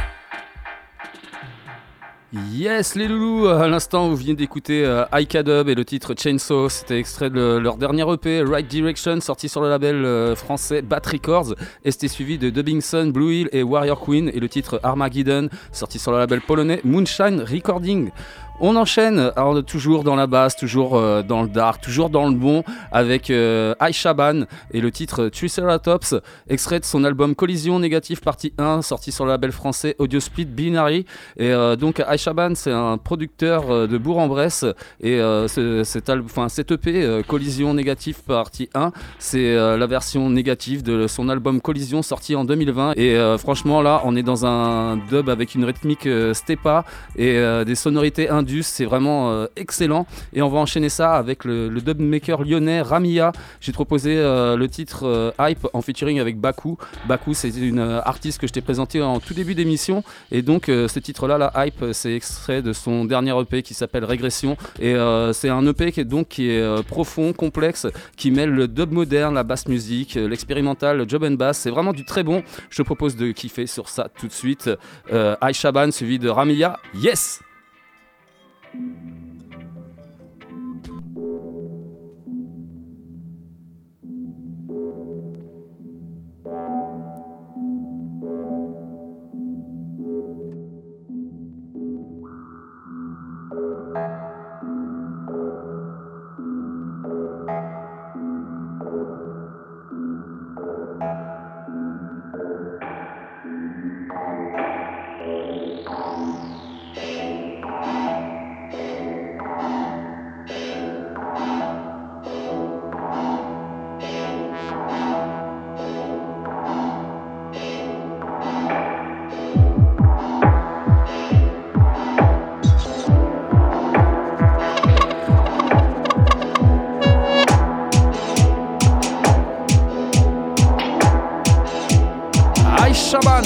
Yes, les loulous, à l'instant vous venez d'écouter Ika Dub et le titre Chainsaw, c'était extrait de leur dernier EP Right Direction, sorti sur le label français Bat Records, et c'était suivi de Dubbing Sun, Blue Hill et Warrior Queen, et le titre Armageddon, sorti sur le label polonais Moonshine Recording. On enchaîne, alors toujours dans la basse, toujours dans le dark, toujours dans le bon, avec Aisha Ban et le titre Triceratops, extrait de son album Collision Négative partie 1, sorti sur le label français Audio Split Binary. Et donc Aisha Ban, c'est un producteur de Bourg-en-Bresse, et cet EP Collision Négative partie 1, c'est la version négative de son album Collision sorti en 2020. Et franchement là, on est dans un dub avec une rythmique stepa et des sonorités indus, c'est vraiment excellent. Et on va enchaîner ça avec le dubmaker lyonnais Ramia. J'ai proposé le titre Hype en featuring avec Baku. Baku, c'est une artiste que je t'ai présentée en tout début d'émission, et donc ce titre là, la Hype, c'est extrait de son dernier EP qui s'appelle Régression, et c'est un EP qui est profond, complexe, qui mêle le dub moderne, la basse musique, l'expérimental, le job and bass. C'est vraiment du très bon. Je te propose de kiffer sur ça tout de suite. Aisha Ban suivi de Ramia. Yes. Aisha Ban.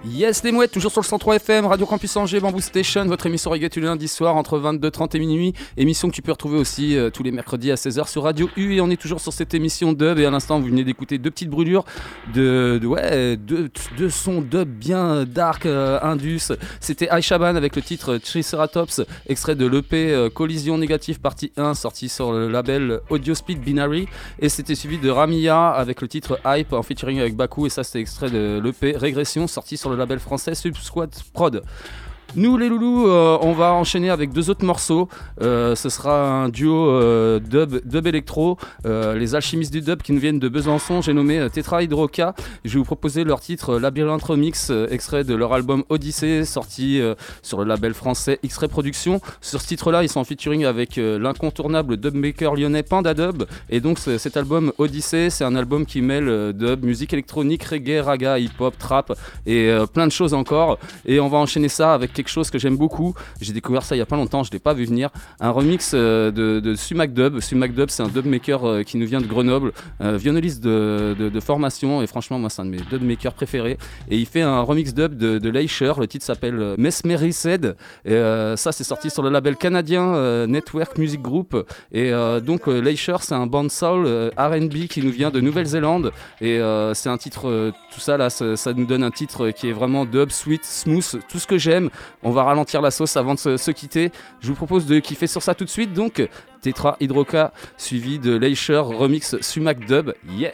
Yes les mouettes, toujours sur le 103 FM, Radio Campus Angers, Bamboo Station, votre émission reggae tous les lundis soirs entre 22h30 et minuit. Émission que tu peux retrouver aussi tous les mercredis à 16h sur Radio U. Et on est toujours sur cette émission dub. Et à l'instant, vous venez d'écouter deux petites brûlures de sons dub bien dark, indus. C'était Aishaban avec le titre Triceratops, extrait de l'EP Collision Négative partie 1, sorti sur le label Audio Speed Binary. Et c'était suivi de Ramia avec le titre Hype en featuring avec Baku. Et ça, c'était extrait de l'EP Régression, sorti sur le label français Subsquad Prod. Nous les loulous, on va enchaîner avec deux autres morceaux. Ce sera un duo dub électro, les alchimistes du dub qui nous viennent de Besançon. J'ai nommé Tetra Hydroca. Je vais vous proposer leur titre Labyrinthe Remix, extrait de leur album Odyssée, sorti sur le label français X-Ray Productions. Sur ce titre-là, ils sont en featuring avec l'incontournable dubmaker lyonnais Panda Dub. Et donc cet album Odyssée, c'est un album qui mêle dub, musique électronique, reggae, raga, hip-hop, trap et plein de choses encore. Et on va enchaîner ça avec quelque chose que j'aime beaucoup. J'ai découvert ça il y a pas longtemps, je l'ai pas vu venir. Un remix de Sumac Dub. Sumac Dub, c'est un dubmaker qui nous vient de Grenoble, violoniste de formation, et franchement moi c'est un de mes dubmakers préférés. Et il fait un remix dub de Leisure. Le titre s'appelle Mesmerized. Et ça c'est sorti sur le label canadien Network Music Group. Et donc Leisure, c'est un band soul R&B qui nous vient de Nouvelle-Zélande. Et c'est un titre, tout ça là, ça nous donne un titre qui est vraiment dub, sweet, smooth, tout ce que j'aime. On va ralentir la sauce avant de se quitter. Je vous propose de kiffer sur ça tout de suite. Donc, Tetra Hydroca suivi de Leisure remix Sumac Dub. Yeah!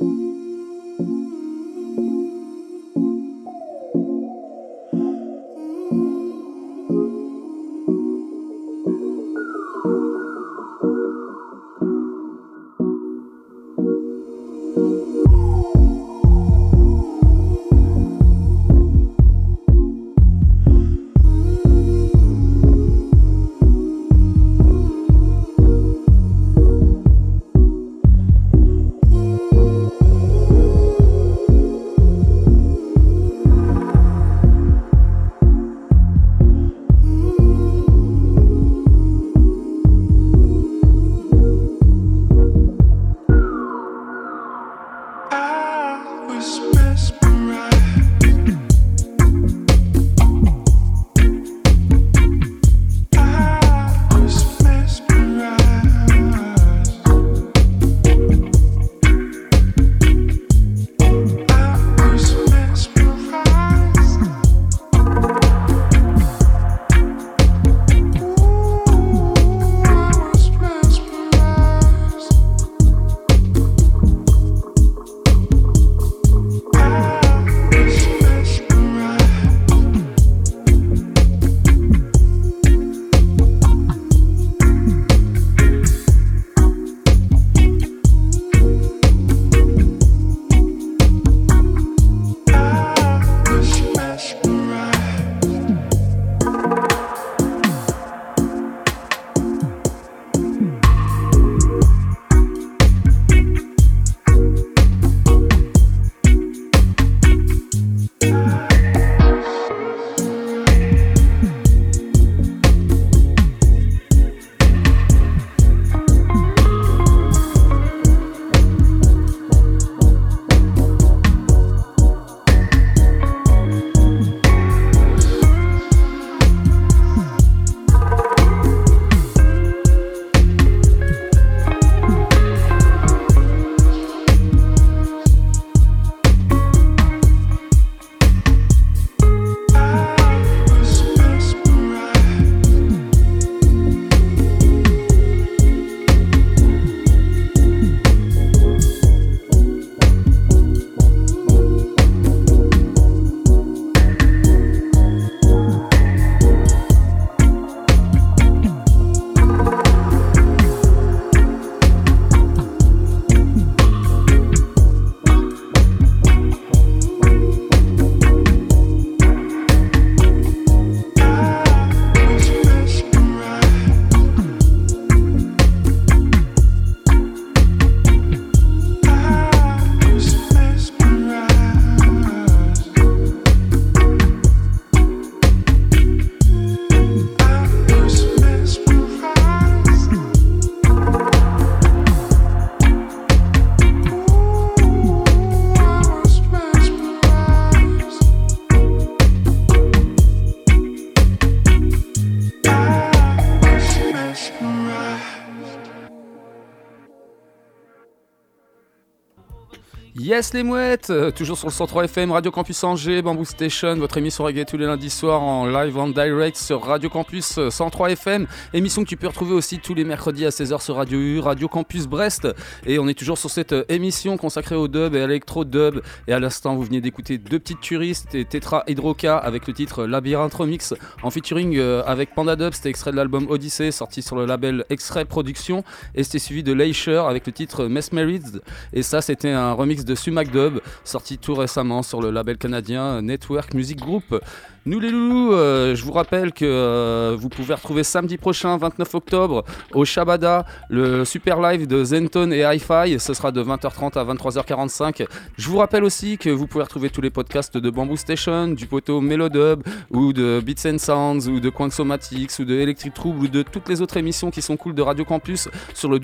Yes les mouettes, toujours sur le 103 FM, Radio Campus Angers, Bamboo Station, votre émission reggae tous les lundis soirs en live en direct sur Radio Campus 103 FM, émission que tu peux retrouver aussi tous les mercredis à 16h sur Radio U, Radio Campus Brest, et on est toujours sur cette émission consacrée au dub et à l'électro-dub, et à l'instant vous venez d'écouter deux petites turistes et Tetra Hydroca avec le titre Labyrinthe Remix en featuring avec Panda Dub, c'était extrait de l'album Odyssey sorti sur le label X-Ray Productions, et c'était suivi de Leisure avec le titre Mesmerized, et ça c'était un remix de Sumac Dub sorti tout récemment sur le label canadien Network Music Group. Nous les loulous, je vous rappelle que vous pouvez retrouver samedi prochain, 29 octobre, au Shabada, le super live de Zenton et Hi-Fi. Ce sera de 20h30 à 23h45. Je vous rappelle aussi que vous pouvez retrouver tous les podcasts de Bamboo Station, du poteau Melodub, ou de Beats and Sounds, ou de Quanksomatics, ou de Electric Trouble, ou de toutes les autres émissions qui sont cool de Radio Campus sur le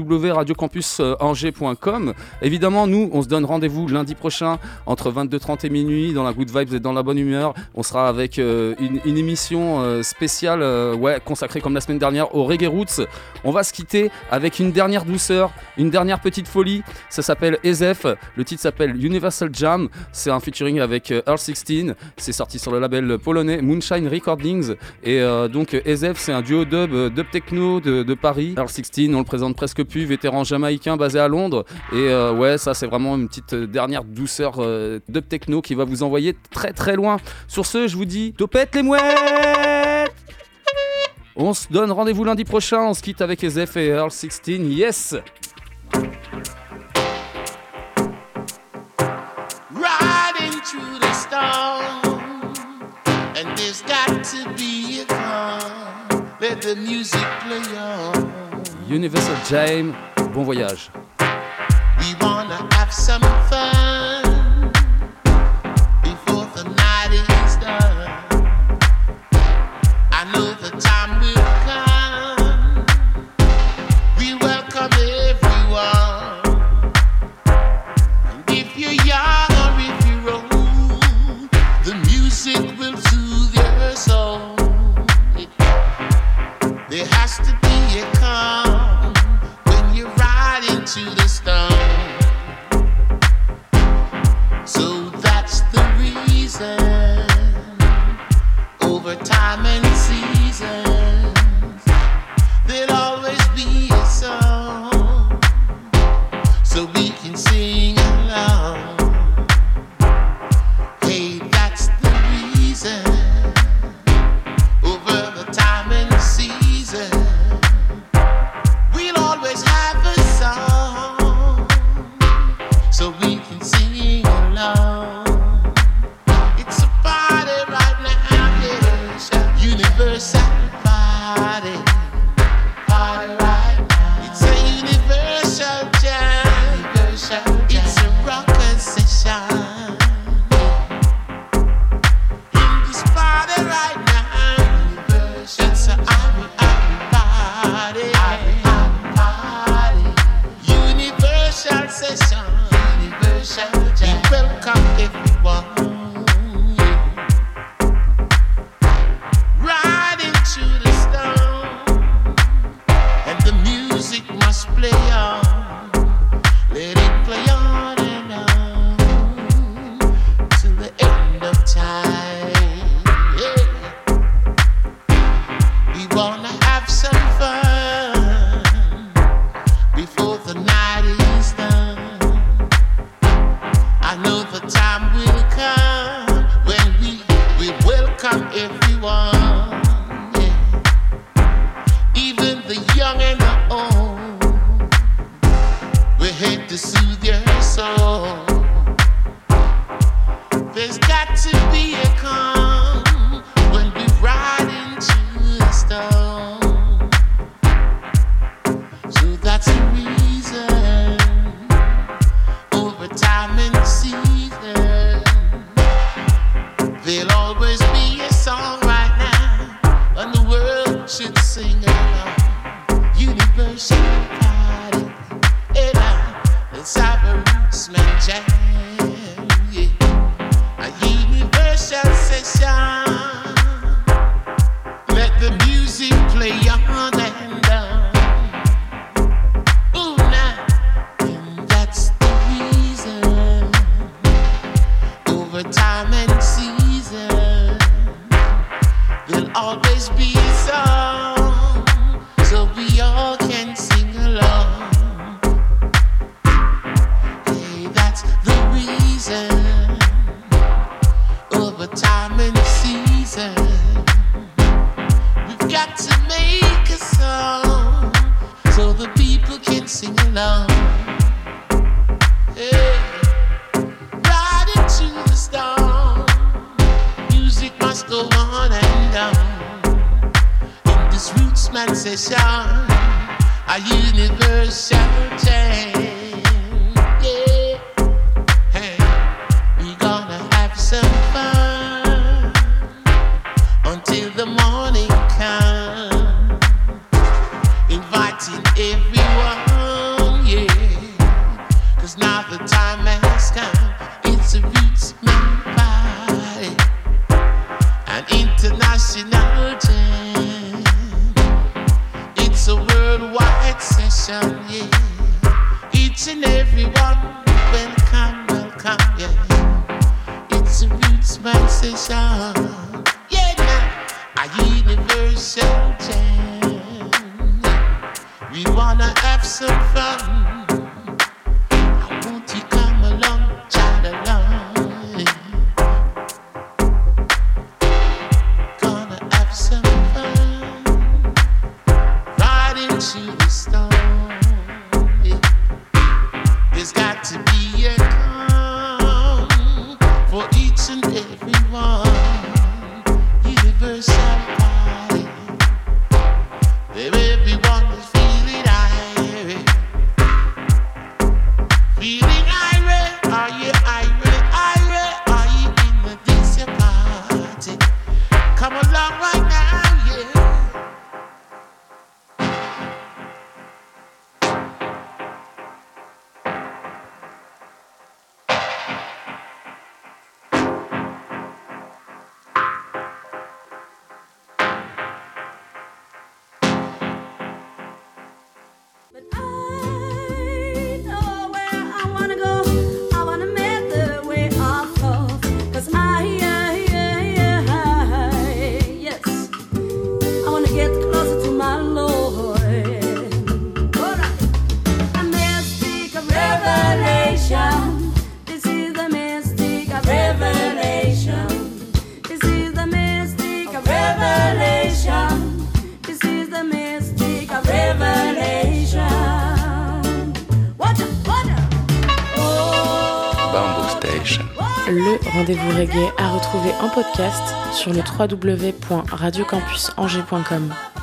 www.radiocampusangers.com. Évidemment, nous, on se donne rendez-vous lundi prochain entre 22h30 et minuit dans la good vibes et dans la bonne humeur. On sera voilà, avec une émission spéciale consacrée comme la semaine dernière au Reggae Roots. On va se quitter avec une dernière douceur, une dernière petite folie. Ça s'appelle EZEF, le titre s'appelle Universal Jam. C'est un featuring avec Earl 16. C'est sorti sur le label polonais Moonshine Recordings. Et donc EZEF, c'est un duo dub techno de Paris. Earl 16, on le présente presque plus, vétéran jamaïcain basé à Londres. Et ça c'est vraiment une petite dernière douceur dub techno qui va vous envoyer très très loin. Sur ce, je vous dis topette les mouettes. On se donne rendez-vous lundi prochain. On se quitte avec EZEF et Earl 16. Yes. Riding through the storm, and there's got to be a calm. Let the music play on. Universal Jam, bon voyage. We wanna have some fun before the night is done. I know the time will come. We welcome everyone. And if you're young or if you're old, the music will soothe your soul. There has to be a calm when you ride into the storm. So that's the reason, over time and seasons, there'll always be a song, so we can sing along. Hey, that's the reason, over the time and seasons, we'll always have a song, so we can sing along. It's a party right now, yes, universal party, party right now. It's a universal jam, it's a rocker session. In this party right now, it's a party, universal session. We welcome everyone. Riding through the storm, and the music must play on. Let it play on and on till the end of time. Yeah. We wanna have some fun before the night is done. I know the time will come when we welcome everyone, yeah. Even the young and the old. We're here to soothe your soul. There's got to be a calm when we ride into the storm. So that's the reason, over time and season, there'll always be a song right now, and the world should sing along. Universal party, let's have a rootsman jam, yeah. A universal session. Let the music play on and on. Ooh, now, and that's the reason, over time and season, there'll always be a song, so we all can sing along. Hey, that's the reason, over time and season, we've got to make a song, so the people can sing along. Hey, ride into the storm, music must go on and on. In this Rootsman session, a universal jam, yeah. Hey, we gonna have some fun until the morning comes, inviting everyone, yeah. 'Cause now the time has come, it's a Rootsman party. an international jam. It's a worldwide session, yeah. Each and every one, welcome, welcome, yeah. It's a Rootsman session, yeah, nah. A universal jam. We wanna have some fun. Won't you come along, child along? Gonna have some fun. Right into the storm. Yeah. There's got to be a calm for each and every one. Universal party. Everyone is feeling irate. Feeling irate. Are you irate? Irate? Are you in the DC party? Come along right now, yeah. Le rendez-vous reggae à retrouver en podcast sur le www.radiocampusangers.com.